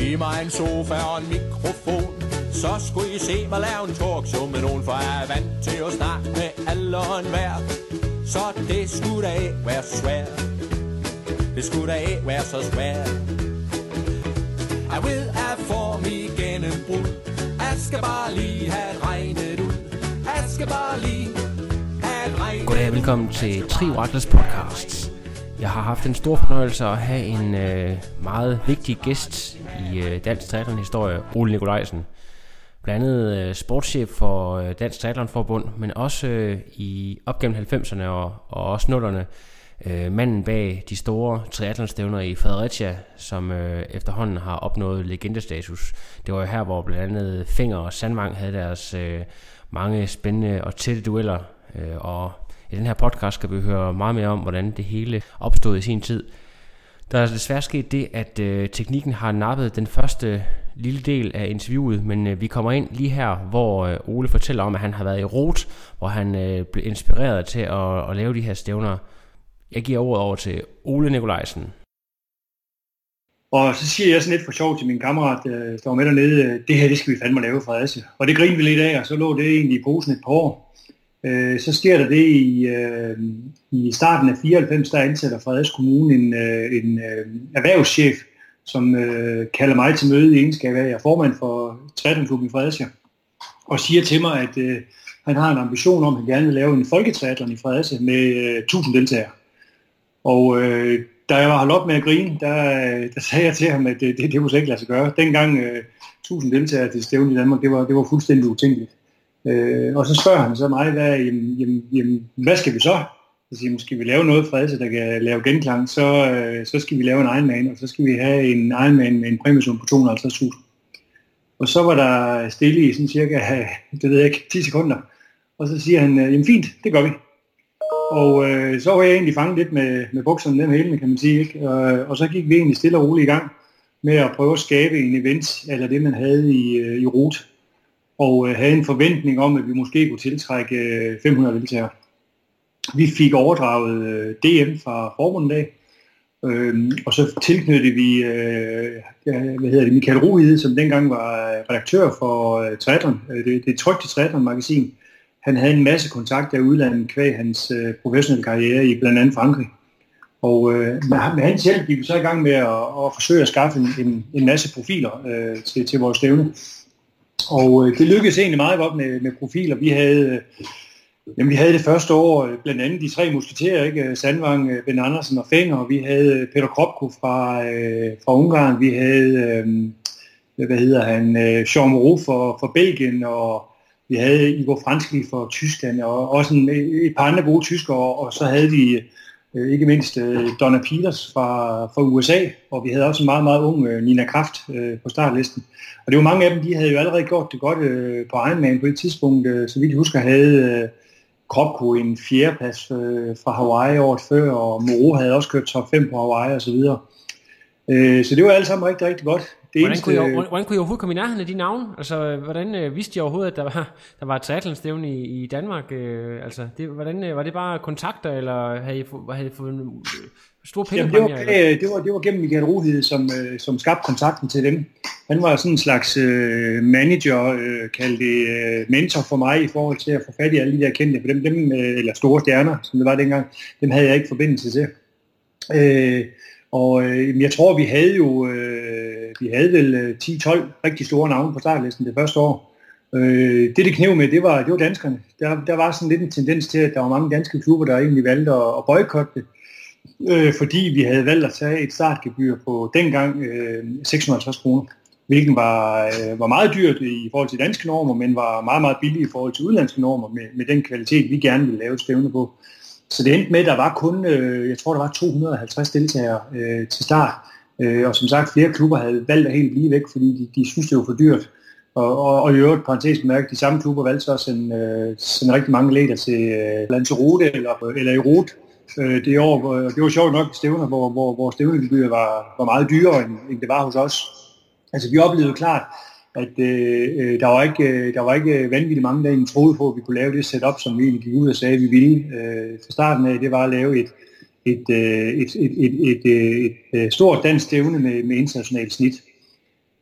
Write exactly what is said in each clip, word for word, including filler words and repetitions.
Giv mig en sofa og en mikrofon, så skulle I se mig lave en talkshow med nogen, for jeg er vant til at snakke med alle og enhver. Så det skulle da ikke være svært, det skulle da ikke være så svært. Jeg ved, at for mig gennembrud, jeg skal bare lige have regnet ud, jeg skal bare lige have regnet ud. Goddag og velkommen til Tri Orakles podcast. Jeg har haft en stor fornøjelse at have en øh, meget vigtig gæst i øh, Dansk Triathlon-historie, Ole Nikolajsen. Blandt andet øh, sportschef for øh, Dansk Triathlon-forbund, men også øh, i op gennem halvfemserne og, og også nullerne. Øh, manden bag de store triathlonstævner i Fredericia, som øh, efterhånden har opnået legendestatus. Det var jo her, hvor blandt andet Fenger og Sandvang havde deres øh, mange spændende og tætte dueller. Øh, og i den her podcast skal vi høre meget mere om, hvordan det hele opstod i sin tid. Der er desværre sket det, at øh, teknikken har nappet den første lille del af interviewet, men øh, vi kommer ind lige her, hvor øh, Ole fortæller om, at han har været i Roth, hvor han øh, blev inspireret til at, at lave de her stævner. Jeg giver ordet over til Ole Nikolajsen. Og så siger jeg sådan lidt for sjov til min kammerat, der står med dernede, det her det skal vi fandme lave fra Asia. Og det griner vi lidt af, og så lå det egentlig i posen et par år. Så sker der det i, i starten af fireoghalvfems, der ansætter Fredericia Kommune en, en erhvervschef, som kalder mig til møde i egenskab af, at jeg er formand for triathlonklubben i Fredericia, og siger til mig, at han har en ambition om, at han gerne vil lave en folketriathlon i Fredericia med tusind deltagere. Og øh, da jeg var holdt op med at grine, der, der sagde jeg til ham, at det, det, det kunne slet ikke lade sig gøre. Dengang øh, tusind deltagere til stævn i Danmark, det var, det var fuldstændig utænkeligt. Øh, og så spørger han så mig, hvad, jamen, jamen, jamen, hvad skal vi så? Så siger han, skal vi lave noget i Fredericia, der kan lave genklang, så, øh, så skal vi lave en Ironman, og så skal vi have en Ironman med en præmiesum på to hundrede og halvtreds tusind. Og så var der stille i sådan cirka, det ved jeg ikke, ti sekunder. Og så siger han, jamen fint, det gør vi. Og øh, så var jeg egentlig fanget lidt med, med bukserne ned med hælene, kan man sige. Ikke? Og, og så gik vi egentlig stille og roligt i gang med at prøve at skabe en event, eller det man havde i, øh, i Roth. Og øh, havde en forventning om, at vi måske kunne tiltrække øh, fem hundrede deltagere. Vi fik overdraget øh, D M fra forbundet af, øh, og så tilknyttede vi øh, hvad hedder det, Michael Rohede, som dengang var redaktør for øh, Triathlon, øh, det, det trykte Triathlon-magasin. Han havde en masse kontakter i udlandet kvæg hans øh, professionelle karriere i blandt andet Frankrig. Og øh, med, med hans hjælp gik vi så i gang med at, at forsøge at skaffe en, en, en masse profiler øh, til, til vores stævne. Og øh, det lykkedes egentlig meget godt med, med profiler. Vi havde, øh, jamen, vi havde det første år øh, blandt andet de tre musketerer, ikke? Sandvang, øh, Ben Andersen og Fenger. Vi havde Peter Kropko fra, øh, fra Ungarn. Vi havde, øh, hvad hedder han, øh, Jean Moreau for, for Belgien, og vi havde Igor Franski for Tyskland, og også en, et par andre gode tyskere, og så havde vi øh, ikke mindst øh, Donna Peters fra, fra U S A, og vi havde også en meget, meget ung øh, Nina Kraft øh, på startlisten. Og det var mange af dem, de havde jo allerede gjort det godt øh, på Ironman på et tidspunkt. Øh, så vidt jeg husker, havde øh, Kropko en fjerdeplads øh, fra Hawaii året før, og Moreau havde også kørt top fem på Hawaii osv. Øh, så det var alt sammen rigtig, rigtig godt. Hvordan, eneste, kunne I, hvordan kunne I overhovedet komme i nærheden af de navne? Altså, hvordan øh, vidste I overhovedet, at der var, der var et triathlonstævne i, i Danmark? Øh, altså, det, hvordan, øh, var det bare kontakter, eller havde I, havde I fået øh, store penge? Jamen, det, var, det, det, var, det var gennem Michael Rohede, som, øh, som skabte kontakten til dem. Han var sådan en slags øh, manager, øh, kaldt det øh, mentor for mig i forhold til at få fat i alle de der kendte, for dem, dem øh, eller store stjerner, som det var dengang, dem havde jeg ikke forbindelse til. Øh, Og øh, jeg tror, vi havde jo øh, vi havde vel ti tolv rigtig store navne på startlisten det første år. Øh, det, det knæv med, det var, det var danskerne. Der, der var sådan lidt en tendens til, at der var mange danske klubber, der egentlig valgte at, at boykotte det, øh, fordi vi havde valgt at tage et startgebyr på dengang øh, seks hundrede og halvtreds kroner, hvilken var, øh, var meget dyrt i forhold til danske normer, men var meget, meget billig i forhold til udenlandske normer med, med den kvalitet, vi gerne ville lave stævne på. Så det endte med, at der var kun, øh, jeg tror, der var to hundrede og halvtreds deltagere øh, til start. Øh, og som sagt, flere klubber havde valgt at helt blive væk, fordi de, de synes, det var for dyrt. Og, og, og i øvrigt, parentes bemærket, de samme klubber valgte så at sende, øh, sende rigtig mange leter til øh, Lanzarote eller, eller i Roth øh, det år. Hvor, det var sjovt nok stævner, hvor, hvor, hvor stævnegebyret var, var meget dyrere, end, end det var hos os. Altså, vi oplevede klart, at øh, der, var ikke, der var ikke vanvittigt mange, der egentlig troede på, at vi kunne lave det setup, som vi egentlig gik ud og sagde, at vi ville. Øh, fra starten af, det var at lave et, et, et, et, et, et, et, et stort dansk stævne med, med internationalt snit.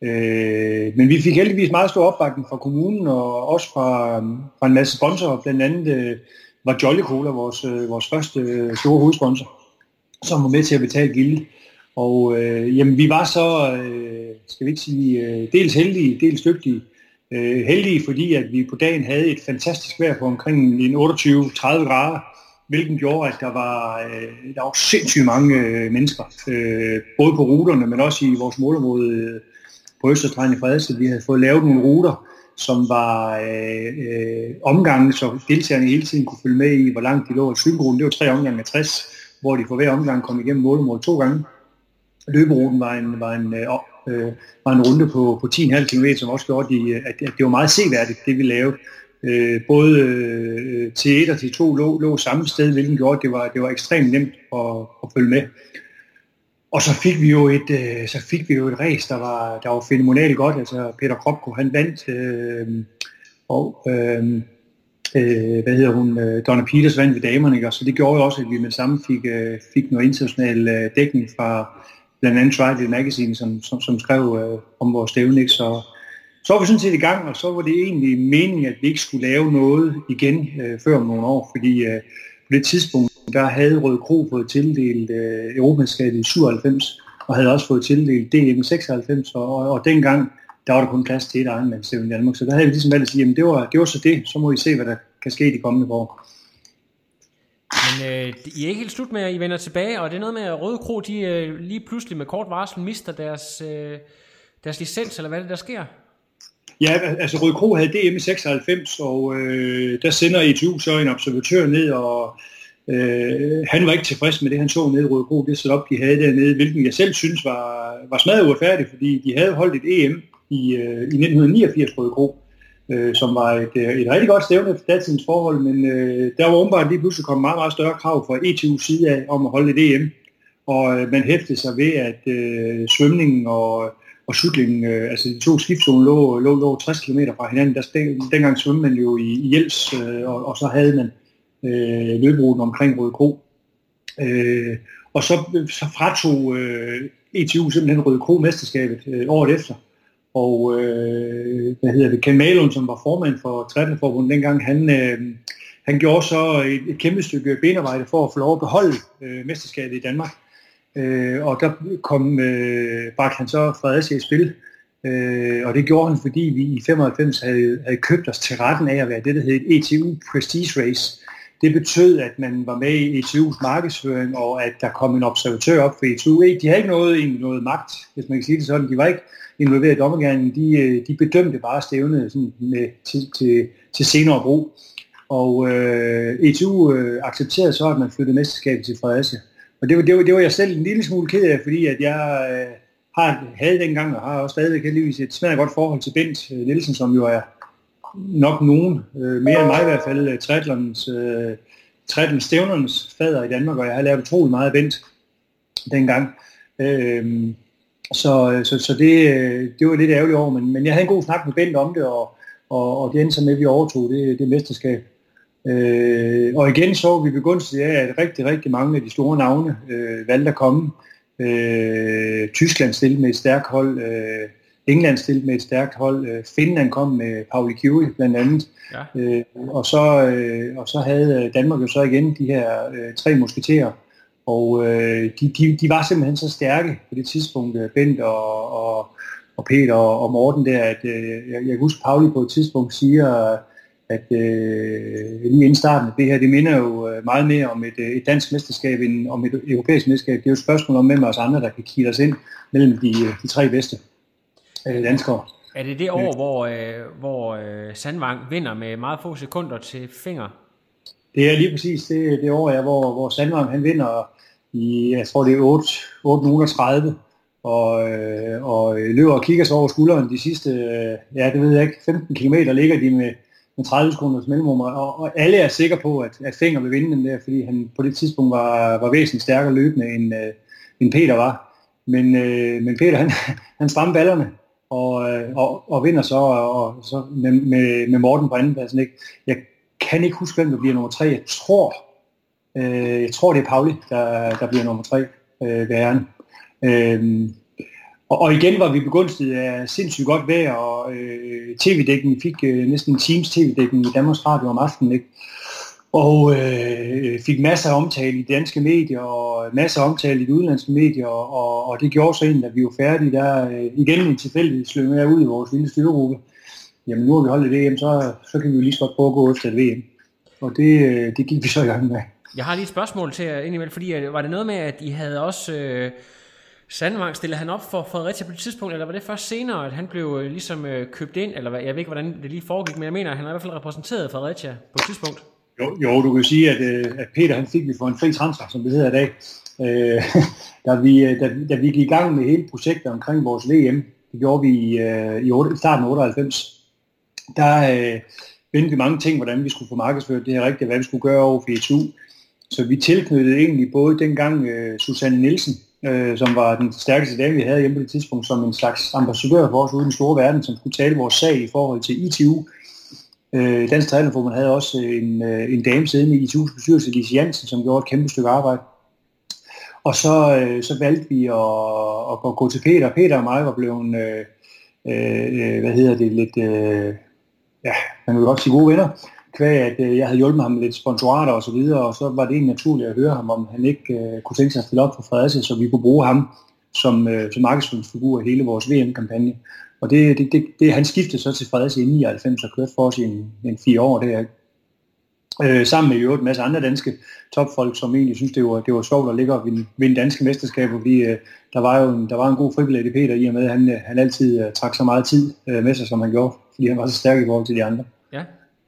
Øh, men vi fik heldigvis meget stor opbakning fra kommunen og også fra, fra en masse sponsorer. Blandt andet øh, var Jolly Cola vores, øh, vores første øh, store hovedsponsor, som var med til at betale gildet. Og øh, jamen, vi var så, øh, skal vi ikke sige, øh, dels heldige, dels dygtige. Øh, heldige, fordi at vi på dagen havde et fantastisk vejr på omkring otteogtyve til tredive grader, hvilket gjorde, at der var, øh, der var sindssygt mange øh, mennesker, øh, både på ruterne, men også i vores målområde øh, på Østerstrand i Fredericia. Vi havde fået lavet nogle ruter, som var øh, øh, omgange, så deltagerne hele tiden kunne følge med i, hvor langt de lå. Cykelruten, det var tre omgange af tres, hvor de for hver omgang kom igennem målområdet to gange. Løberuten var en, var en, øh, var en runde på, på ti komma fem kilometer, som også gjorde, de, at, at det var meget seværdigt, det vi lavede. Øh, både øh, T et og T to lå, lå samme sted, hvilket gjorde, at det var, det var ekstremt nemt at, at følge med. Og så fik vi jo et, øh, så fik vi jo et race, der var, der var fænomenalt godt. Altså Peter Kropko, han vandt, øh, og øh, øh, hvad hedder hun, øh, Donna Peters vandt ved damerne, ikke? Så det gjorde jo også, at vi med det samme fik, øh, fik noget international øh, dækning fra blandt andet Triathlon Magazine, som, som, som skrev øh, om vores stævne, ikke? Så, så var vi sådan set i gang, og så var det egentlig meningen, at vi ikke skulle lave noget igen øh, før om nogle år, fordi øh, på det tidspunkt, der havde Røde Kro fået tildelt øh, Europamesterskabet i syvoghalvfems, og havde også fået tildelt D M i seksoghalvfems, og, og, og dengang, der var der kun plads til et Ironman-stævne i Danmark, så der havde vi ligesom valgt at sige, jamen det var, det var så det, så må vi se, hvad der kan ske de kommende år. Men øh, I er ikke helt slut med, at I vender tilbage, og det er noget med, at Røde Kro, de øh, lige pludselig med kort varsel mister deres, øh, deres licens, eller hvad er det, der sker? Ja, altså Røde Kro havde D M i seksoghalvfems, og øh, der sender E T U så en observatør ned, og øh, han var ikke tilfreds med det, han så nede i Røde Kro, det setup, de havde dernede, hvilken jeg selv synes var, var smadret uretfærdigt, fordi de havde holdt et E M i, øh, i nitten niogfirs Røde Kro, øh, som var et, et rigtig godt stævne efter datidens forhold, men øh, der var åbenbart lige pludselig kommet meget, meget større krav fra E T U's side af om at holde et E M, og øh, man hæftede sig ved, at øh, svømningen og og cyklingen, øh, altså de to skiftzoner lå, lå, lå tres kilometer fra hinanden. Der, den, dengang svømmede man jo i, i Jels, øh, og, og så havde man øh, løberuten omkring Røde Kro. Øh, og så, så fratog øh, E T U simpelthen Røde Kro mesterskabet øh, året efter. Og øh, hvad hedder det, Ken Malund, som var formand for Triathlonforbundet dengang, han, øh, han gjorde så et, et kæmpe stykke benarbejde for at få lov at beholde øh, mesterskabet i Danmark. Øh, og der kom øh, bragte han så Fredericia i spil, øh, og det gjorde han, fordi vi i femoghalvfems havde, havde købt os til retten af at være det, der hed et E T U Prestige Race. Det betød, at man var med i E T U's markedsføring, og at der kom en observatør op for E T U. De havde ikke noget, noget magt, hvis man kan sige det sådan. De var ikke involveret i dommergerningen. De, de bedømte bare stævnet sådan med, til, til, til senere brug. Og øh, E T U øh, accepterede så, at man flyttede mesterskabet til Fredericia. Og det var, det, var, det var jeg selv en lille smule ked af, fordi at jeg øh, har, havde dengang, og har også stadigvæk heldigvis et smadret godt forhold til Bent øh, Nielsen, som jo er nok nogen, øh, mere end mig i hvert fald, øh, triathlons, øh, triathlons stævnernes fader i Danmark, og jeg har lavet utrolig meget af Bent dengang. Øh, så så, så det, øh, det var lidt ærgerligt over, men, men jeg havde en god snak med Bent om det, og, og, og det endte så med, at vi overtog det, det mesterskab. Øh, og igen så vi begunstiget af, at rigtig, rigtig mange af de store navne øh, valgte at komme. Øh, Tyskland stillede med et stærkt hold, øh, England stillede med et stærkt hold, øh, Finland kom med Pauli Kiuri blandt andet, ja. øh, og, så, øh, og så havde Danmark jo så igen de her øh, tre musketerer, og øh, de, de, de var simpelthen så stærke på det tidspunkt, Bent og, og, og Peter og, og Morten der, at øh, jeg, jeg kan huske, Pauli på et tidspunkt siger, at øh, lige inden starten af det her, det minder jo meget mere om et, et dansk mesterskab end om et europæisk mesterskab. Det er jo et spørgsmål om, hvem af os andre, der kan kigge os ind mellem de, de tre bedste øh, danskere. Er det det år, ja. hvor, øh, hvor øh, Sandvang vinder med meget få sekunder til Finger? Det er lige præcis det, det år, ja, hvor, hvor Sandvang han vinder i, jeg tror det er otte tredive, og, øh, og løber og kigger sig over skulderen de sidste, øh, ja det ved jeg ikke, femten kilometer ligger de med med tredive sekunders mellemrum, og, og alle er sikre på, at, at Finger vil vinde den der, fordi han på det tidspunkt var, var væsentligt stærkere løbende, end, øh, end Peter var. Men, øh, men Peter, han, han strammer ballerne, og, og, og vinder så, og, så med, med, med Morten på andenpladsen. Ikke? Jeg kan ikke huske, hvem der bliver nummer tre. Jeg tror, øh, jeg tror det er Pauli, der, der bliver nummer tre øh, ved æren. Øh, Og, og igen var vi begunstiget af sindssygt godt vejr, og øh, tv-dækningen fik øh, næsten en times tv-dækning i Danmarks Radio om aftenen, ikke? Og øh, fik masser af omtale i danske medier, og masser af omtale i de udenlandske medier, og, og det gjorde så egentlig, at vi var færdige der øh, igen en tilfældig sløg med ud i vores lille styregruppe. Jamen nu har vi holdt et V M, så, så kan vi jo lige så godt prøve at gå efter et V M. Og det, det gik vi så i gang med. Jeg har lige et spørgsmål til jer indimellem, fordi var det noget med, at I havde også... Øh Sandvang, stillede han op for Fredericia på et tidspunkt, eller var det først senere, at han blev øh, ligesom øh, købt ind, eller hvad? Jeg ved ikke, hvordan det lige foregik, men jeg mener, at han har i hvert fald repræsenteret Fredericia på et tidspunkt. Jo, jo du kan sige, at, øh, at Peter han fik vi for en fri transfer, som det hedder i dag. Øh, da, vi, da, da vi gik i gang med hele projektet omkring vores V M, det gjorde vi i, øh, i, otte, i starten af otteoghalvfems, der øh, vendte vi mange ting, hvordan vi skulle få markedsført det her rigtigt, hvad vi skulle gøre over for E T U. Så vi tilknyttede egentlig både dengang øh, Susanne Nielsen, Øh, som var den stærkeste dame, vi havde hjemme på det tidspunkt, som en slags ambassadør for os ude i den store verden, som skulle tale vores sag i forhold til I T U. Øh, Dansk Triathlonforbund havde også en, øh, en dame siddende i I T U's bestyrelse, Lise Jansen, som gjorde et kæmpe stykke arbejde. Og så, øh, så valgte vi at, at gå til Peter. Peter og mig var blevet, øh, øh, hvad hedder det, lidt, øh, ja, man vil godt sige gode venner. Kvæg, at øh, jeg havde hjulpet ham med lidt sponsorater og så videre, og så var det egentlig naturligt at høre ham, om han ikke øh, kunne tænke sig at stille op for Fredericia, så vi kunne bruge ham som, øh, som markedsføringsfigur i hele vores V M-kampagne. Og det, det, det, det, han skiftede så til Fredericia i nioghalvfems og kørte for os i en, en fire år der. Øh, sammen med jo en masse andre danske topfolk, som egentlig synes det var, det var sjovt at ligge og vinde, vinde danske mesterskaber, fordi øh, der var jo en, der var en god fribillet i Peter, i og med at han, han altid øh, trak så meget tid øh, med sig, som han gjorde, fordi han var så stærk i forhold til de andre. Ja.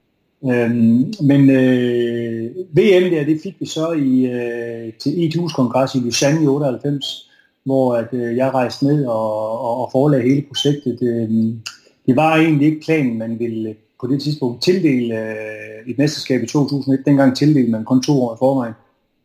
Øhm, men øh, V M der, det fik vi så i, øh, til E T U's kongres i Lausanne i otteoghalvfems, hvor at, øh, jeg rejste ned og, og, og forelagde hele projektet. Øh, det var egentlig ikke planen, man ville på det tidspunkt tildele øh, et mesterskab i to tusind og et. Dengang tildelte man kun to år i forvejen.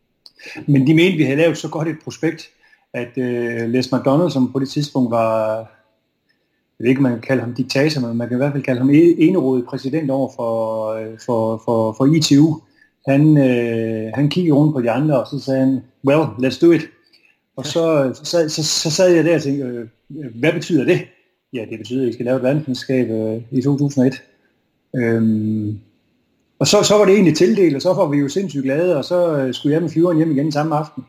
Men de mente, vi havde lavet så godt et prospekt, at øh, Les McDonald, som på det tidspunkt var... Jeg ved ikke, man kan kalde ham diktator, men man kan i hvert fald kalde ham enerådig præsident over for, for, for, for I T U. Han, øh, han kiggede rundt på de andre, og så sagde han, well, let's do it. Og så, så, så, så sad jeg der og tænkte, øh, hvad betyder det? Ja, det betyder, at I skal lave et verdensmesterskab øh, i to tusind og et. Øhm, og så, så var det egentlig tildelt, og så var vi jo sindssygt glade, og så øh, skulle jeg med flyveren hjem igen samme aften.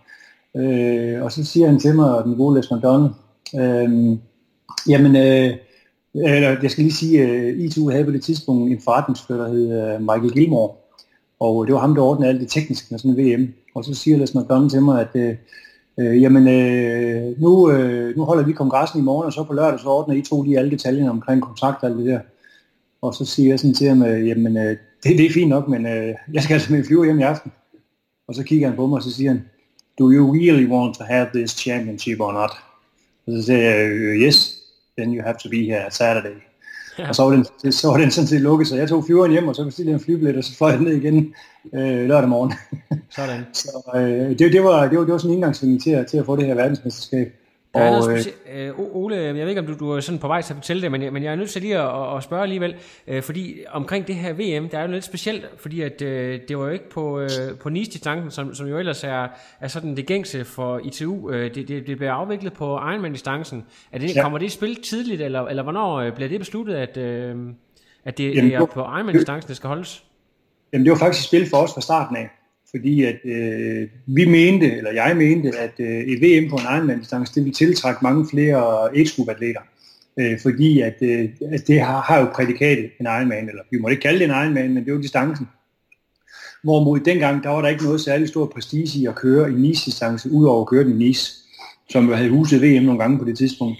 Øh, og så siger han til mig, den gode Les McDonald, øh, jamen, øh, jeg skal lige sige, at uh, I T U havde på det tidspunkt en forretningsfører, der hed uh, Michael Gilmore, og det var ham, der ordnede alt det tekniske med sådan en V M. Og så siger Les McDonald til mig, at uh, uh, jamen, uh, nu, uh, nu holder vi kongressen i morgen, og så på lørdag så ordner I to lige alle detaljerne omkring kontrakt og alt det der. Og så siger jeg sådan til ham, uh, jamen, uh, det, det er fint nok, men uh, jeg skal altså med en flyver hjem i aften. Og så kigger han på mig, og så siger han, do you really want to have this championship or not? Og så siger jeg, uh, yes. Then you have to be here Saturday. Ja. Og så var, den, så var den sådan set lukket, så jeg tog flyveren hjem, og så bestilte jeg en flybillet, og så fløj jeg ned igen øh, lørdag morgen. Sådan. Så øh, det, det, var, det, var, det var sådan en indgangsvinge til, til at få det her verdensmesterskab. Der er noget speci- øh, Ole, jeg ved ikke, om du, du er sådan på vej til at fortælle det, men jeg, men jeg er nødt til lige at, at spørge alligevel, øh, fordi omkring det her V M, der er jo lidt specielt, fordi at, øh, det var jo ikke på, øh, på Nice-distancen, som, som jo ellers er, er sådan det gængse for I T U. Øh, det, det, det bliver afviklet på Ironman-distancen. Er det, ja. Kommer det i spil tidligt, eller, eller hvornår bliver det besluttet, at, øh, at det, Jamen, det er på Ironman-distancen, det skal holdes? Jamen det var faktisk spil for os fra starten af. Fordi at øh, vi mente, eller jeg mente, at øh, et V M på en Ironman-distance, det ville tiltrække mange flere age-group-atleter. Øh, fordi at, øh, at det har, har jo prædikatet en Ironman, eller vi må ikke kalde det en Ironman, men det er jo distancen. Hvorimod dengang, der var der ikke noget særlig stor prestige i at køre en Nice-distance, udover at køre den i Nice, som jo havde huset V M nogle gange på det tidspunkt.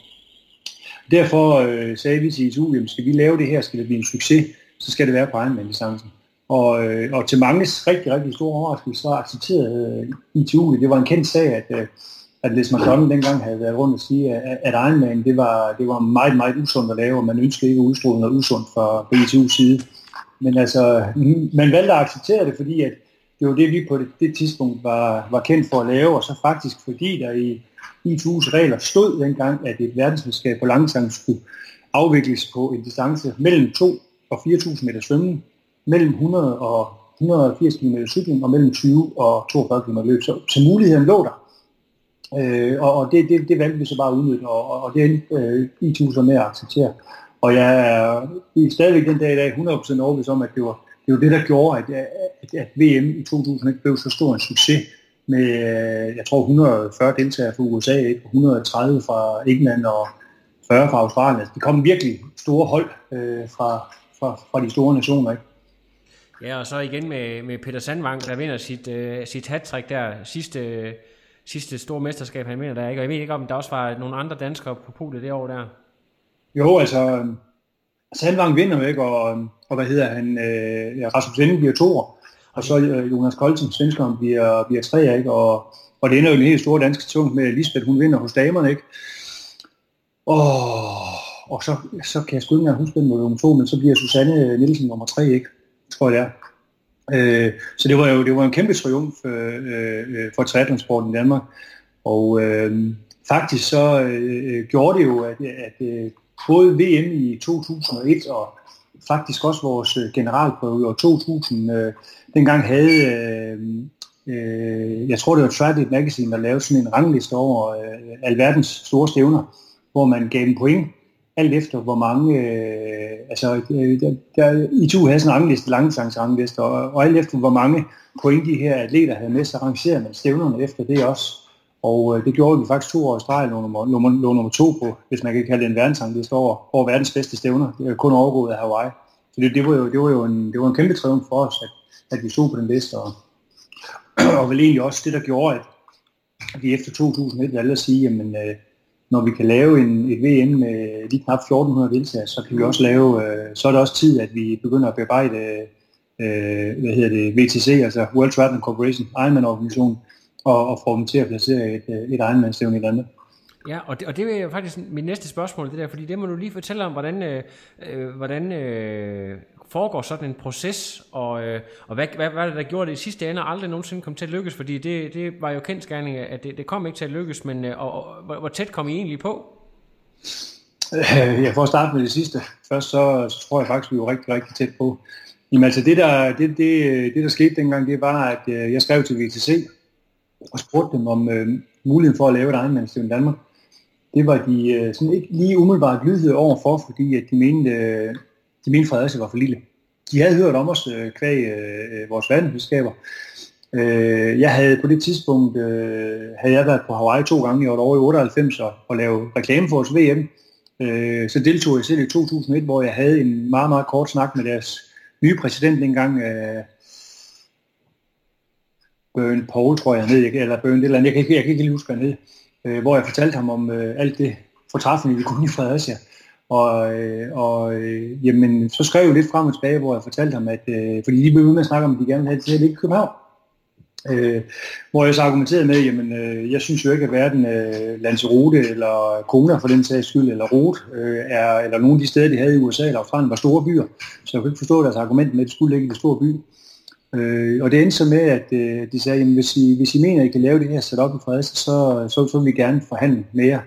Derfor øh, sagde vi til I T U, jamen skal vi lave det her, skal det blive en succes, så skal det være på Ironman-distancen. Og, øh, og til manges rigtig, rigtig store overraskelse, så accepterede øh, I T U, det var en kendt sag, at, øh, at Les McDonald dengang havde været rundt og sige, at, at Ironman, det var, det var meget, meget usundt at lave, og man ønskede ikke at udstråle noget usundt fra, fra I T U's side. Men altså, man valgte at acceptere det, fordi at det var det, vi på det, det tidspunkt var, var kendt for at lave, og så faktisk fordi der i I T U's regler stod dengang, at et verdensmesterskab på langdistance skulle afvikles på en distance mellem to og fire tusind meter svømning, mellem hundrede og hundrede og firs kilometer cykling og mellem tyve og toogfyrre kilometer løb. Så, så muligheden lå der. Øh, og og det, det, det valgte vi så bare at udnytte, og, og det endte øh, I T U så med at acceptere. Og jeg er stadigvæk den dag i dag hundrede procent overbevist om, at det var det, var det der gjorde, at, at, at V M i to tusind ikke blev så stor en succes med, jeg tror, et hundrede og fyrre deltagere fra U S A, et hundrede og tredive fra England og fyrre fra Australien. Altså, de kom virkelig store hold øh, fra, fra, fra de store nationer, ikke? Ja, og så igen med, med Peter Sandvang, der vinder sit, uh, sit hat-trick der, sidste, sidste store mesterskab, han vinder der, ikke? Og jeg ved ikke, om der også var nogle andre danskere på podiet det år der. Jo, altså, Sandvang vinder, ikke? Og, og hvad hedder han, øh, Rasmus Ende bliver toer, og så øh, Jonas Kolten, svenskeren, bliver, bliver treer, ikke? Og, og det ender jo en helt store danske tung med Lisbeth, hun vinder hos damerne, ikke? Og, og så, så kan jeg sgu ikke engang huske den mod nummer to, men så bliver Susanne Nielsen nummer tre, ikke? Tror jeg det er. Øh, så det var jo det var en kæmpe triumf øh, øh, for triathlonsporten i Danmark. Og øh, faktisk så øh, gjorde det jo, at, at øh, både V M i to tusind og et og faktisk også vores generalprøve i år to tusind, øh, dengang havde, øh, øh, jeg tror det var Triathlete Magazine, der lavede sådan en rangliste over øh, alverdens store stævner, hvor man gav dem point, alt efter hvor mange, øh, altså der, der, I T U havde sådan en rangliste, langdistancerangliste, og, og alt efter hvor mange point de her atleter havde med, så rangerede man stævnerne efter det også. Og øh, det gjorde vi faktisk to år i streg, lå nummer, nummer, nummer to på, hvis man kan kalde det en verdensrangliste over, over verdens bedste stævner. Det er kun overgået af Hawaii. Så det, det, var jo, det, var jo en, det var en kæmpe triumf for os, at, at vi stod på den liste. Og, og vel egentlig også det, der gjorde, at vi efter to tusind og et valgte at sige, jamen øh, når vi kan lave en, et V M med lige knap fjorten hundrede deltagere, så kan vi også lave, øh, så er det også tid, at vi begynder at bearbejde, øh, hvad hedder det, V T C, altså World Triathlon Corporation, Ironman-organisationen, og, og få dem til at placere et, et Ironman-stævne i Danmark. Ja, og det, og det er jo faktisk mit næste spørgsmål, det der, fordi det må du lige fortælle om, hvordan, øh, hvordan øh, foregår sådan en proces, og, øh, og hvad, hvad var det, der gjorde det i sidste ende, og aldrig nogensinde kom til at lykkes, fordi det, det var jo kendsgerning, at det, det kom ikke til at lykkes, men øh, og, og, hvor, hvor tæt kom I egentlig på? Jeg får starte med det sidste. Først så, så tror jeg faktisk, vi var rigtig, rigtig tæt på. Jamen altså, det der, det, det, det der skete dengang, det var, at øh, jeg skrev til V T C, og spurgte dem om øh, muligheden for at lave et Ironman-stævne i Danmark. Det var de øh, sådan ikke lige umiddelbart lydhøre overfor, fordi at de mente, øh, de mente Fredericia var for lille. De havde hørt om os øh, kvæg øh, vores verdensmesterskaber. Øh, jeg havde på det tidspunkt, øh, havde jeg været på Hawaii to gange, jeg var over i otteoghalvfems og, og lavede reklame for vores V M. Øh, så deltog jeg selv i to tusind og et, hvor jeg havde en meget, meget kort snak med deres nye præsident dengang, øh, Bjørn Paul, tror jeg, ned, eller Bjørn, eller jeg kan ikke, jeg kan ikke lige huske, hvad han hed, øh, hvor jeg fortalte ham om øh, alt det fortræffende, vi kunne i Fredericia. Og, øh, og øh, jamen, så skrev jeg lidt frem og tilbage, hvor jeg fortalte ham, at øh, fordi de blev ved med at snakke om, at de gerne ville have det til at ligge i København. Øh, hvor jeg så argumenterede med, jamen, øh, jeg synes jo ikke, at hverken øh, Lanzarote eller Kona for den sags skyld, eller Roth, øh, er, eller nogle af de steder, de havde i U S A eller Australien, var store byer. Så jeg kunne ikke forstå deres argument med, at det skulle ligge i de store byer. Øh, og det endte så med, at øh, de sagde, jamen, hvis I, hvis I mener, at I kan lave det her setup i Fredericia, så, så, så vil vi gerne forhandle mere.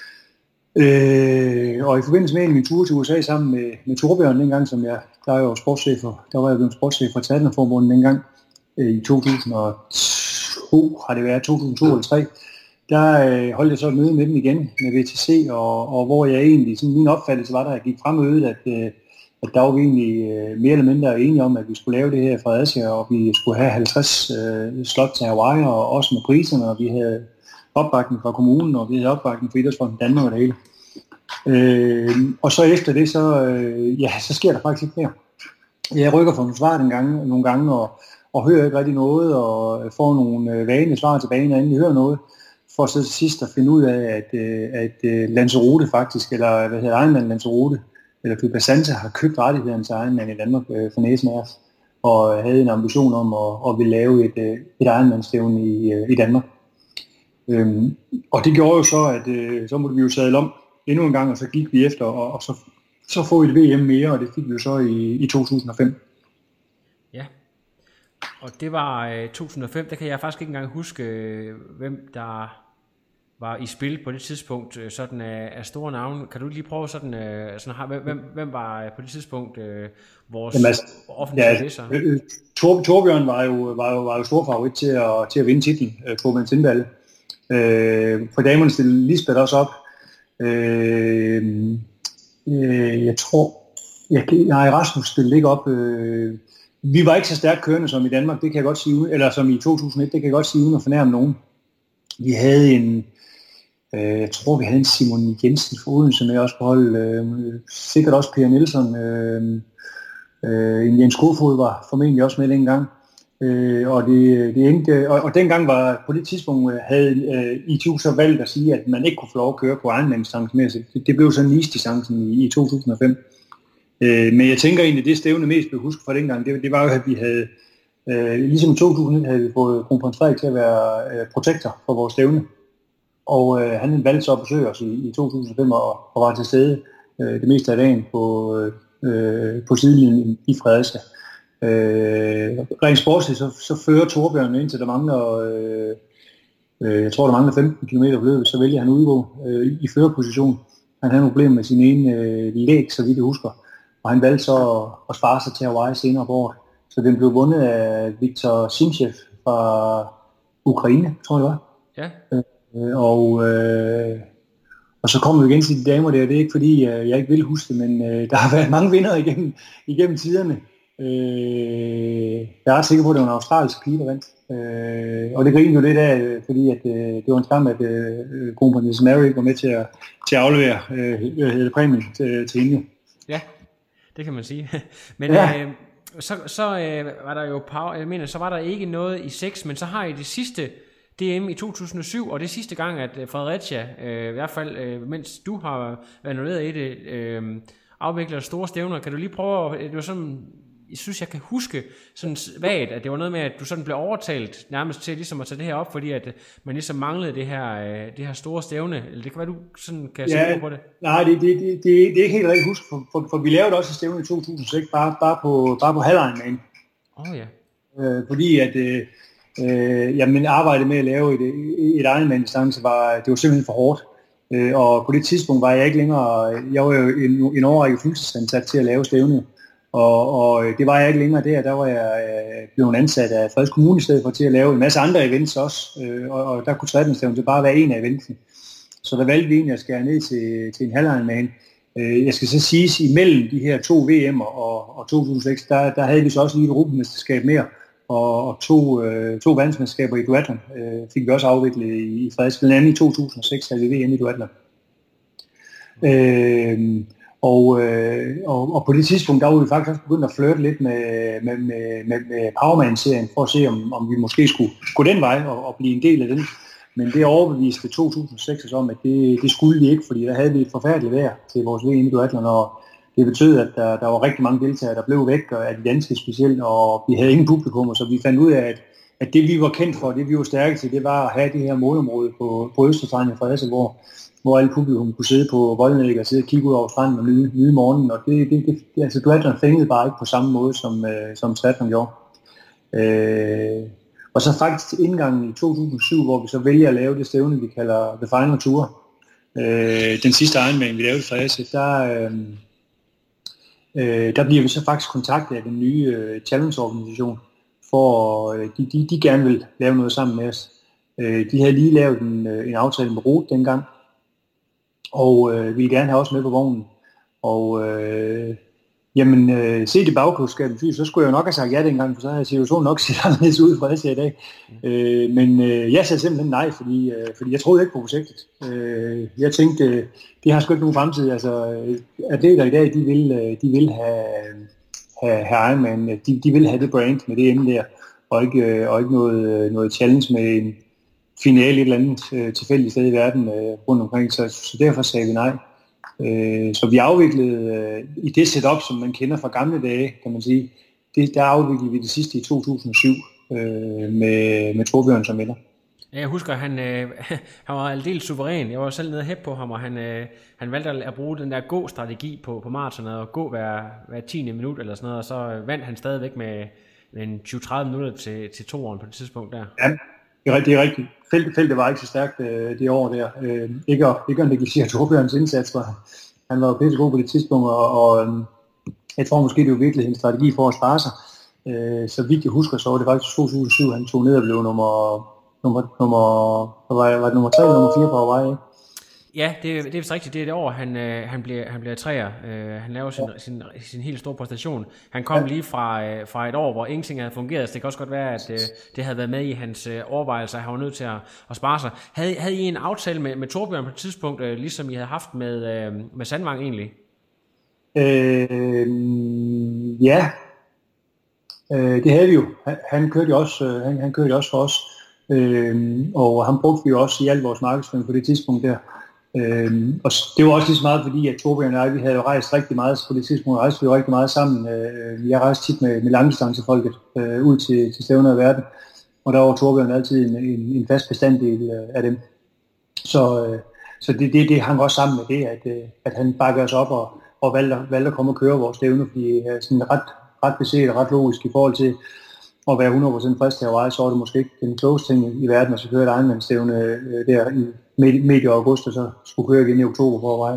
Øh, og i forbindelse med en af mine ture til U S A sammen med, med Torbjørn dengang, som jeg, der er jo sportschef for, der var jeg blevet sportschef for Triathlon-forbundet dengang, øh, i to tusind og to, har det været to tusind og to eller tre, der øh, holdt jeg så et møde med dem igen med V T C, og, og hvor jeg egentlig, sådan min opfattelse var, der jeg gik frem mødet, at, øh, at der var vi egentlig øh, mere eller mindre enige om, at vi skulle lave det her i Fredericia, og vi skulle have halvtreds øh, slot til Hawaii, og også med priserne, og vi havde opbakning fra kommunen, og vi havde opbakning fra Idrætsfonden Danmark og det hele. Øh, og så efter det, så, øh, ja, så sker der faktisk ikke mere. Jeg rykker for nogle svar den gang, nogle gange, og, og hører ikke rigtig noget, og får nogle øh, vanlige svar tilbage, når jeg endelig hører noget, for så til sidst at finde ud af, at, øh, at øh, Lanzarote faktisk, eller hvad hedder Ironman Lanzarote, eller Club Asante har købt rettigheden til Ironman i Danmark øh, for næsen af os, og havde en ambition om at, at ville lave et, øh, et Ironman-stævne i, øh, i Danmark. Øhm, og det gjorde jo så, at øh, så måtte vi jo sadle om endnu en gang, og så gik vi efter, og, og så, så få et V M mere, og det fik vi jo så i, i to tusind og fem. Ja, og det var øh, to tusind og fem, der kan jeg faktisk ikke engang huske, øh, hvem der var i spil på det tidspunkt, øh, sådan af, af store navne. Kan du lige prøve sådan, øh, sådan hvem, hvem var på det tidspunkt øh, vores Jamen, altså, offentlige læser? Ja, øh, Tor, Torbjørn var jo, var, jo, var jo stor favorit til at, til at vinde titlen øh, på Mens Indballe. Øh, for damerne stillede Lisbeth også op. Øh, øh, jeg tror, jeg, nej, Rasmus stillede ikke op. Øh, vi var ikke så stærkt kørende som i Danmark, det kan jeg godt sige, eller som i to tusind og et, det kan jeg godt sige uden at fornærme nogen. Vi havde en, øh, jeg tror vi havde en Simon Jensen for Odense med også på hold, øh, sikkert også Per Nielsen, øh, øh, en Jens Kofod var formentlig også med dengang. Øh, og, det, det endte, og, og dengang var på det tidspunkt havde øh, I T U så valgt at sige, at man ikke kunne få lov at køre på Ironman-distancen mere, så det, det blev så Nice-distancen i, i to tusind og fem. Øh, men jeg tænker egentlig, det stævne mest blev husket fra dengang, det, det var jo, at vi havde, øh, ligesom i to tusind og et havde vi fået kronprins Frederik til at være øh, protektor for vores stævne, og øh, han valgte så at besøge os i, i to tusind og fem og, og var til stede øh, det meste af dagen på, øh, på sidelinjen i Fredericia. Øh, rent sportsligt, så, så fører Torbjørn indtil der mangler, øh, øh, jeg tror der mangler femten kilometer på løbet, så vælger han udgå øh, i førerposition. Han havde nogle problemer med sin ene øh, læg, så vidt jeg husker, og han valgte så at, at spare sig til Hawaii senere på året. Så den blev vundet af Viktor Simchev fra Ukraine, tror jeg det var. Ja. Øh, og, øh, og så kommer vi igen til de damer der, det er ikke fordi øh, jeg ikke vil huske det, men øh, der har været mange vinder igennem, igennem tiderne. Øh, jeg er ret sikker på, at det var en australsk pige, der vandt. Øh, og det griner jo lidt af, fordi at, øh, det var en skam, at øh, kronprins Mary var med til at, til at aflevere øh, præmien til, til hende. Ja, det kan man sige. Men ja. øh, så, så øh, var der jo power, jeg mener, så var der ikke noget i seks, men så har I det sidste D M i to tusind og syv, og det er sidste gang, at Fredericia, øh, i hvert fald øh, mens du har været involveret i det, øh, afvikler store stævner. Kan du lige prøve at, det var sådan, jeg synes, jeg kan huske sådan svagt, at det var noget med, at du sådan blev overtalt nærmest til ligesom at tage det her op, fordi at man ligesom manglede det her, det her store stævne. Eller det kan være, du sådan kan ja, se på det. Nej, det, det, det, det, det er ikke helt rigtigt huske, for, for, for vi lavede også et stævne i to tusind og seks, bare, bare på, bare på halv-Ironman. Åh oh, ja. Øh, fordi at øh, jamen, arbejdet med at lave et, et Ironman-distance var, det var simpelthen for hårdt. Øh, og på det tidspunkt var jeg ikke længere, jeg var jo en, en årrække fuldtidsansat til at lave stævne. Og, og det var jeg ikke længere der, der var jeg øh, blevet ansat af Freds Kommune i stedet for til at lave en masse andre events også, øh, og, og der kunne triathlon bare være en af eventene. Så der valgte vi egentlig at skære ned til, til en halv-Ironman. Øh, jeg skal så sige, imellem de her to V M'er og, og to tusind og seks, der, der havde vi så også lige et europamesterskab mere, og, og to, øh, to verdensmesterskaber i duatlon øh, fik vi også afviklet i, i Freds. Blandt andet i to tusind og seks havde vi V M i duatlon. Øh, Og, øh, og, og på det tidspunkt, der var vi faktisk også begyndt at flirte lidt med, med, med, med, med Powerman-serien, for at se, om, om vi måske skulle gå den vej og, og blive en del af den. Men det overbeviste to tusind og seks om, at det, det skulle vi ikke, fordi der havde vi et forfærdeligt vejr til vores V M i duatlon, og det betød, at der, der var rigtig mange deltagere, der blev væk, og af de danske specielt, og vi havde ingen publikum, så vi fandt ud af, at, at det vi var kendt for, det vi var stærke til, det var at have det her målområde på, på Østerstranden i Fredericia, hvor hvor alle publikum kunne sidde på voldnægget og sidde og kigge ud over stranden og nyde, nyde morgenen, og det, det, det, det altså duatlon fængede bare ikke på samme måde, som, øh, som triathlon gjorde. Øh, og så faktisk til indgangen i to tusind og syv, hvor vi så vælger at lave det stævne, vi kalder The Final Tour, øh, den sidste Ironman, vi lavede i Fredericia, der, øh, øh, der bliver vi så faktisk kontaktet af den nye øh, Challenge-organisation, for øh, de, de, de gerne vil lave noget sammen med os. Øh, de havde lige lavet en, øh, en aftale med Rot dengang, og øh, vi vil gerne have også med på vognen. Og øh, jamen, øh, set i bagklodskabet, så skulle jeg jo nok have sagt ja dengang, for så havde situationen nok set anderledes ud fra det i dag. Mm. Øh, men øh, jeg sagde simpelthen nej, fordi, øh, fordi jeg troede ikke på projektet. Øh, jeg tænkte, øh, det har sgu ikke nogen fremtid. Altså, atleter i dag, de vil, øh, de vil have, have, have Ironman, de, de vil have det brand med det ende der, og ikke, øh, og ikke noget, noget challenge med en finale et eller andet øh, tilfældigt sted i verden øh, rundt omkring, så, så derfor sagde vi nej. Øh, så vi afviklede øh, i det setup, som man kender fra gamle dage, kan man sige, det, der afviklede vi det sidste i to tusind og syv øh, med, med Torbjørn som vinder. Jeg husker, han, øh, han var aldeles suveræn. Jeg var selv nede og hæppe på ham, og han, øh, han valgte at bruge den der gå-strategi på, på maratonet, og gå hver, hver tiende minut eller sådan noget, og så vandt han stadigvæk med, med en tyve til tredive minutter til, til toeren på det tidspunkt der. Ja. Det er rigtigt. Feltet, feltet var ikke så stærkt øh, det år der. Øh, ikke, at, ikke at negligere Torbjørns indsats, for han var jo pisse god på det tidspunkt, og, og øh, jeg tror måske, det var virkelig en strategi for at spare sig. Øh, så vidt jeg husker, så var det faktisk to tusind og syv, han tog ned og blev nummer, nummer, nummer, var, var det nummer tre eller nummer fire på Hawaii, ikke? Ja, det, det er vist rigtigt. Det er det år, han, øh, han bliver, han bliver træer. Øh, han laver sin, sin, sin helt store præstation. Han kom ja. lige fra, øh, fra et år, hvor ingenting havde fungeret, så det kan også godt være, at øh, det havde været med i hans øh, overvejelser. Han var nødt til at, at spare sig. Havde, havde I en aftale med, med Torbjørn på et tidspunkt, øh, ligesom I havde haft med, øh, med Sandvang egentlig? Øh, ja, øh, det havde vi jo. Han, han kørte jo også, øh, han, han kørte jo også for os, øh, og han brugte vi jo også i al vores markedsføring på det tidspunkt der. Øhm, og det var også lige så meget fordi, at Torbjørn og jeg, vi havde jo rejst rigtig meget, på det tidspunkt rejste vi jo rigtig meget sammen. Øh, jeg rejste tit med, med langdistancefolket øh, ud til, til stævner i verden, og der var Torbjørn altid en, en, en fast bestanddel øh, af dem. Så, øh, så det, det, det hang også sammen med det, at, øh, at han bakkede os op og, og valgte, valgte at komme og køre vores stævner, fordi øh, sådan ret, ret beset og ret logisk i forhold til at være hundrede procent frisk til Hawaii, så var det måske ikke den klogeste ting i verden, at så køre et Ironman-stævne øh, der i midt i august, og så skulle køre igen i oktober på Hawaii.